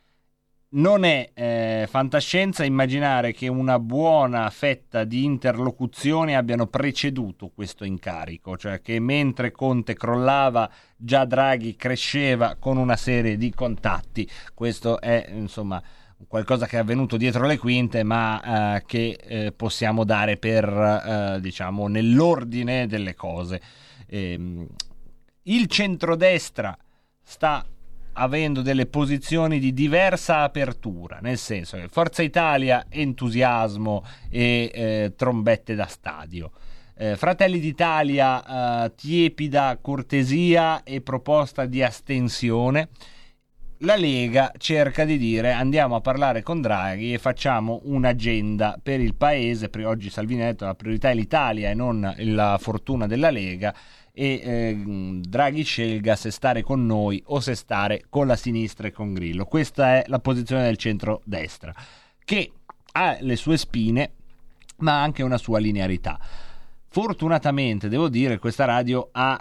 Non è eh, fantascienza immaginare che una buona fetta di interlocuzioni abbiano preceduto questo incarico, cioè che mentre Conte crollava già Draghi cresceva con una serie di contatti. Questo è insomma qualcosa che è avvenuto dietro le quinte, ma eh, che eh, possiamo dare per eh, diciamo nell'ordine delle cose. Ehm, il centrodestra sta avendo delle posizioni di diversa apertura, nel senso che Forza Italia entusiasmo e eh, trombette da stadio, eh, Fratelli d'Italia eh, tiepida cortesia e proposta di astensione, la Lega cerca di dire andiamo a parlare con Draghi e facciamo un'agenda per il paese. Oggi Salvini ha detto la priorità è l'Italia e non la fortuna della Lega, e eh, Draghi scelga se stare con noi o se stare con la sinistra e con Grillo. Questa è la posizione del centro-destra, che ha le sue spine ma anche una sua linearità. Fortunatamente, devo dire, questa radio ha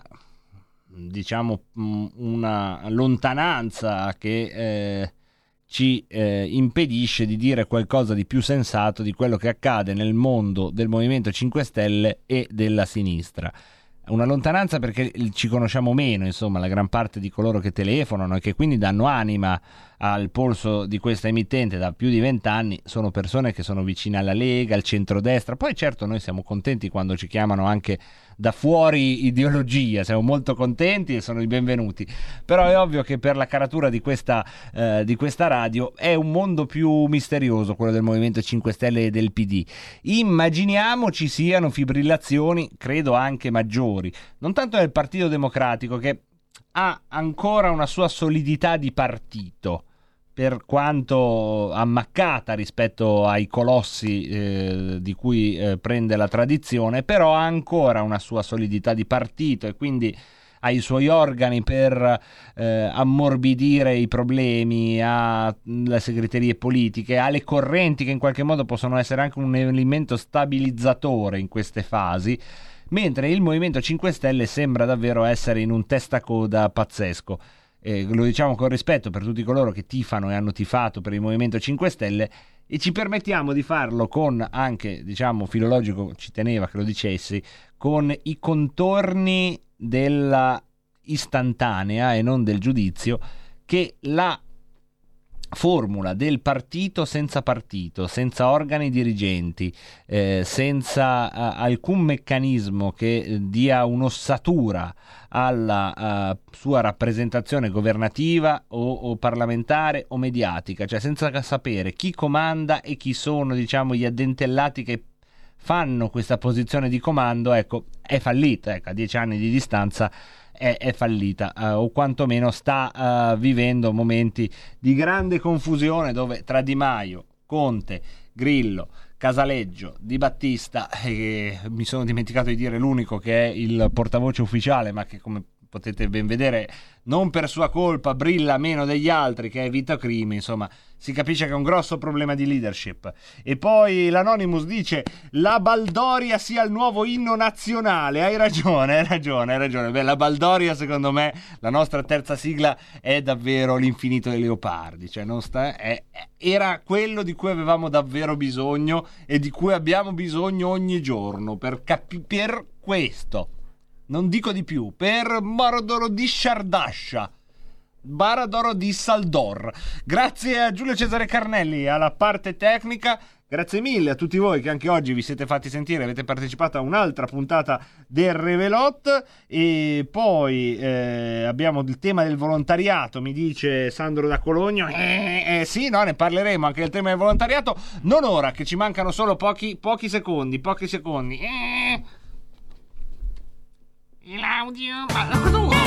diciamo una lontananza che eh, ci eh, impedisce di dire qualcosa di più sensato di quello che accade nel mondo del Movimento cinque Stelle e della sinistra. Una lontananza perché ci conosciamo meno, insomma, la gran parte di coloro che telefonano e che quindi danno anima al polso di questa emittente da più di vent'anni sono persone che sono vicine alla Lega, al centrodestra. Poi certo noi siamo contenti quando ci chiamano anche da fuori ideologia, siamo molto contenti e sono i benvenuti, però è ovvio che per la caratura di questa, eh, di questa radio è un mondo più misterioso quello del Movimento cinque Stelle e del P D. Immaginiamo ci siano fibrillazioni, credo anche maggiori, non tanto nel Partito Democratico, che ha ancora una sua solidità di partito, per quanto ammaccata rispetto ai colossi eh, di cui eh, prende la tradizione, però ha ancora una sua solidità di partito e quindi ai suoi organi per eh, ammorbidire i problemi, alle segreterie politiche, alle correnti che in qualche modo possono essere anche un elemento stabilizzatore in queste fasi, mentre il Movimento cinque Stelle sembra davvero essere in un testacoda pazzesco. Eh, lo diciamo con rispetto per tutti coloro che tifano e hanno tifato per il Movimento cinque Stelle, e ci permettiamo di farlo con anche, diciamo, Filologico ci teneva che lo dicessi, con i contorni della istantanea e non del giudizio, che la formula del partito senza partito, senza organi dirigenti, eh, senza uh, alcun meccanismo che dia un'ossatura alla uh, sua rappresentazione governativa o, o parlamentare o mediatica, cioè senza sapere chi comanda e chi sono, diciamo, gli addentellati che fanno questa posizione di comando, ecco, è fallita, ecco, a dieci anni di distanza È, è fallita, uh, o quantomeno sta uh, vivendo momenti di grande confusione, dove tra Di Maio, Conte, Grillo, Casaleggio, Di Battista, e mi sono dimenticato di dire l'unico che è il portavoce ufficiale, ma che, come potete ben vedere, non per sua colpa brilla meno degli altri, che è Vito Crimi, insomma si capisce che è un grosso problema di leadership. E poi l'Anonymous dice: la Baldoria sia il nuovo inno nazionale. Hai ragione, hai ragione, hai ragione. Beh, la Baldoria, secondo me, la nostra terza sigla, è davvero l'infinito dei leopardi, cioè non sta, è, era quello di cui avevamo davvero bisogno e di cui abbiamo bisogno ogni giorno per, capi- per questo, non dico di più, per Baradoro di Sciardascia, Baradoro di Saldor. Grazie a Giulio Cesare Carnelli alla parte tecnica, grazie mille a tutti voi che anche oggi vi siete fatti sentire, avete partecipato a un'altra puntata del Revelot. E poi eh, abbiamo il tema del volontariato, mi dice Sandro da Cologno. Eh, eh, sì, no, ne parleremo anche del tema del volontariato, non ora che ci mancano solo pochi, pochi secondi, pochi secondi. Eh. L'audio, ma cosa vuoi?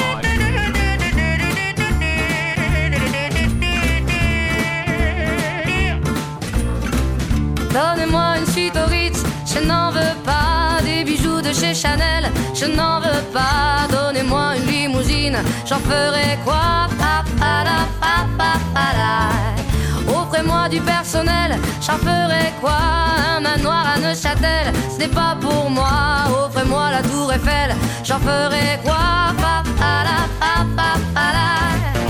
Donnez-moi une suite au Ritz, je n'en veux pas. Des bijoux de chez Chanel, je n'en veux pas. Donnez-moi une limousine, j'en ferai quoi? Pa, pa, da, pa, pa, pa, da. Offrez-moi du personnel, j'en ferai quoi? Un manoir à Neuchâtel, ce n'est pas pour moi. Offrez-moi la tour Eiffel, j'en ferai quoi? Pa, pa, da, pa, pa, pa, da.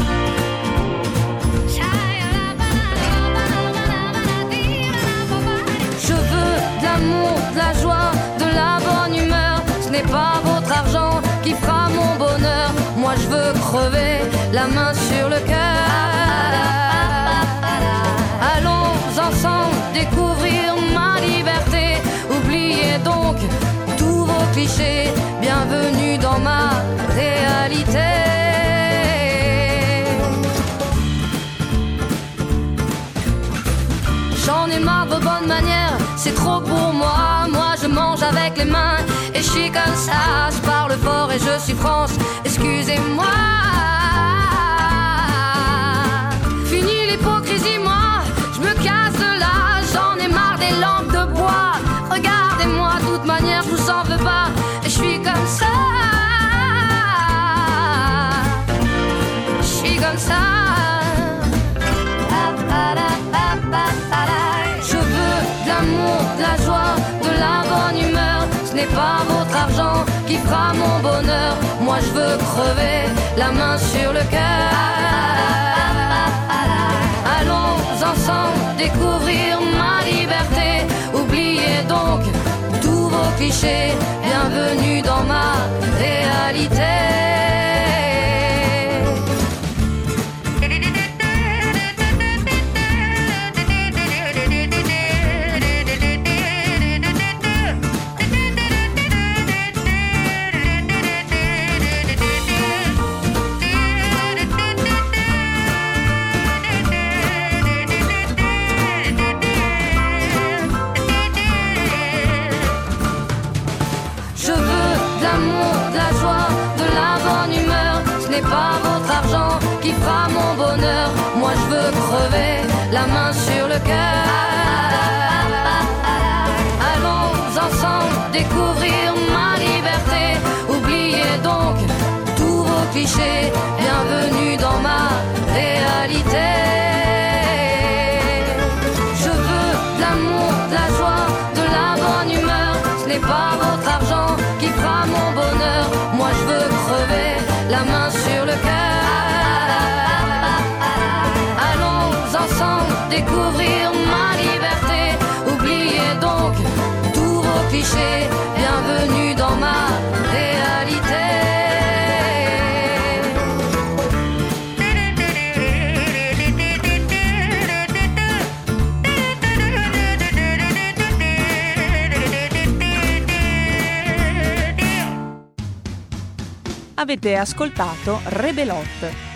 Je veux de l'amour, de la joie, de la bonne humeur. Ce n'est pas votre argent qui fera mon bonheur. Moi je veux crever la main sur le cœur. Allons ensemble découvrir ma liberté. Oubliez donc tous vos clichés. Bienvenue dans ma réalité. J'en ai marre de vos bonnes manières, c'est trop pour moi. Moi je mange avec les mains et je suis comme ça. Je parle fort et je suis France, excusez-moi. Fini l'hypocrisie, moi, je me casse de là. J'en ai marre des lampes de bois. Regardez-moi, de toute manière, je vous en veux pas. Et je suis comme ça. Je suis comme ça. Je veux de l'amour, de la joie, de la bonne humeur. Ce n'est pas votre argent qui fera mon bonheur. Moi je veux crever la main sur le cœur. Allons ensemble découvrir ma liberté. Oubliez donc tous vos clichés. Bienvenue dans ma réalité. Pas votre argent qui fera mon bonheur. Moi je veux crever la main sur le cœur. Allons ensemble découvrir ma liberté. Oubliez donc tous clichés, bienvenue dans ma réalité. Je veux de l'amour, de la joie, de la bonne humeur. Ce n'est pas votre argent qui fera mon bonheur. Moi je veux crever la main sur le cœur. Allons ensemble découvrir ma liberté. Oubliez donc tous vos clichés. Bienvenue dans ma réalité. Avete ascoltato Rebelot,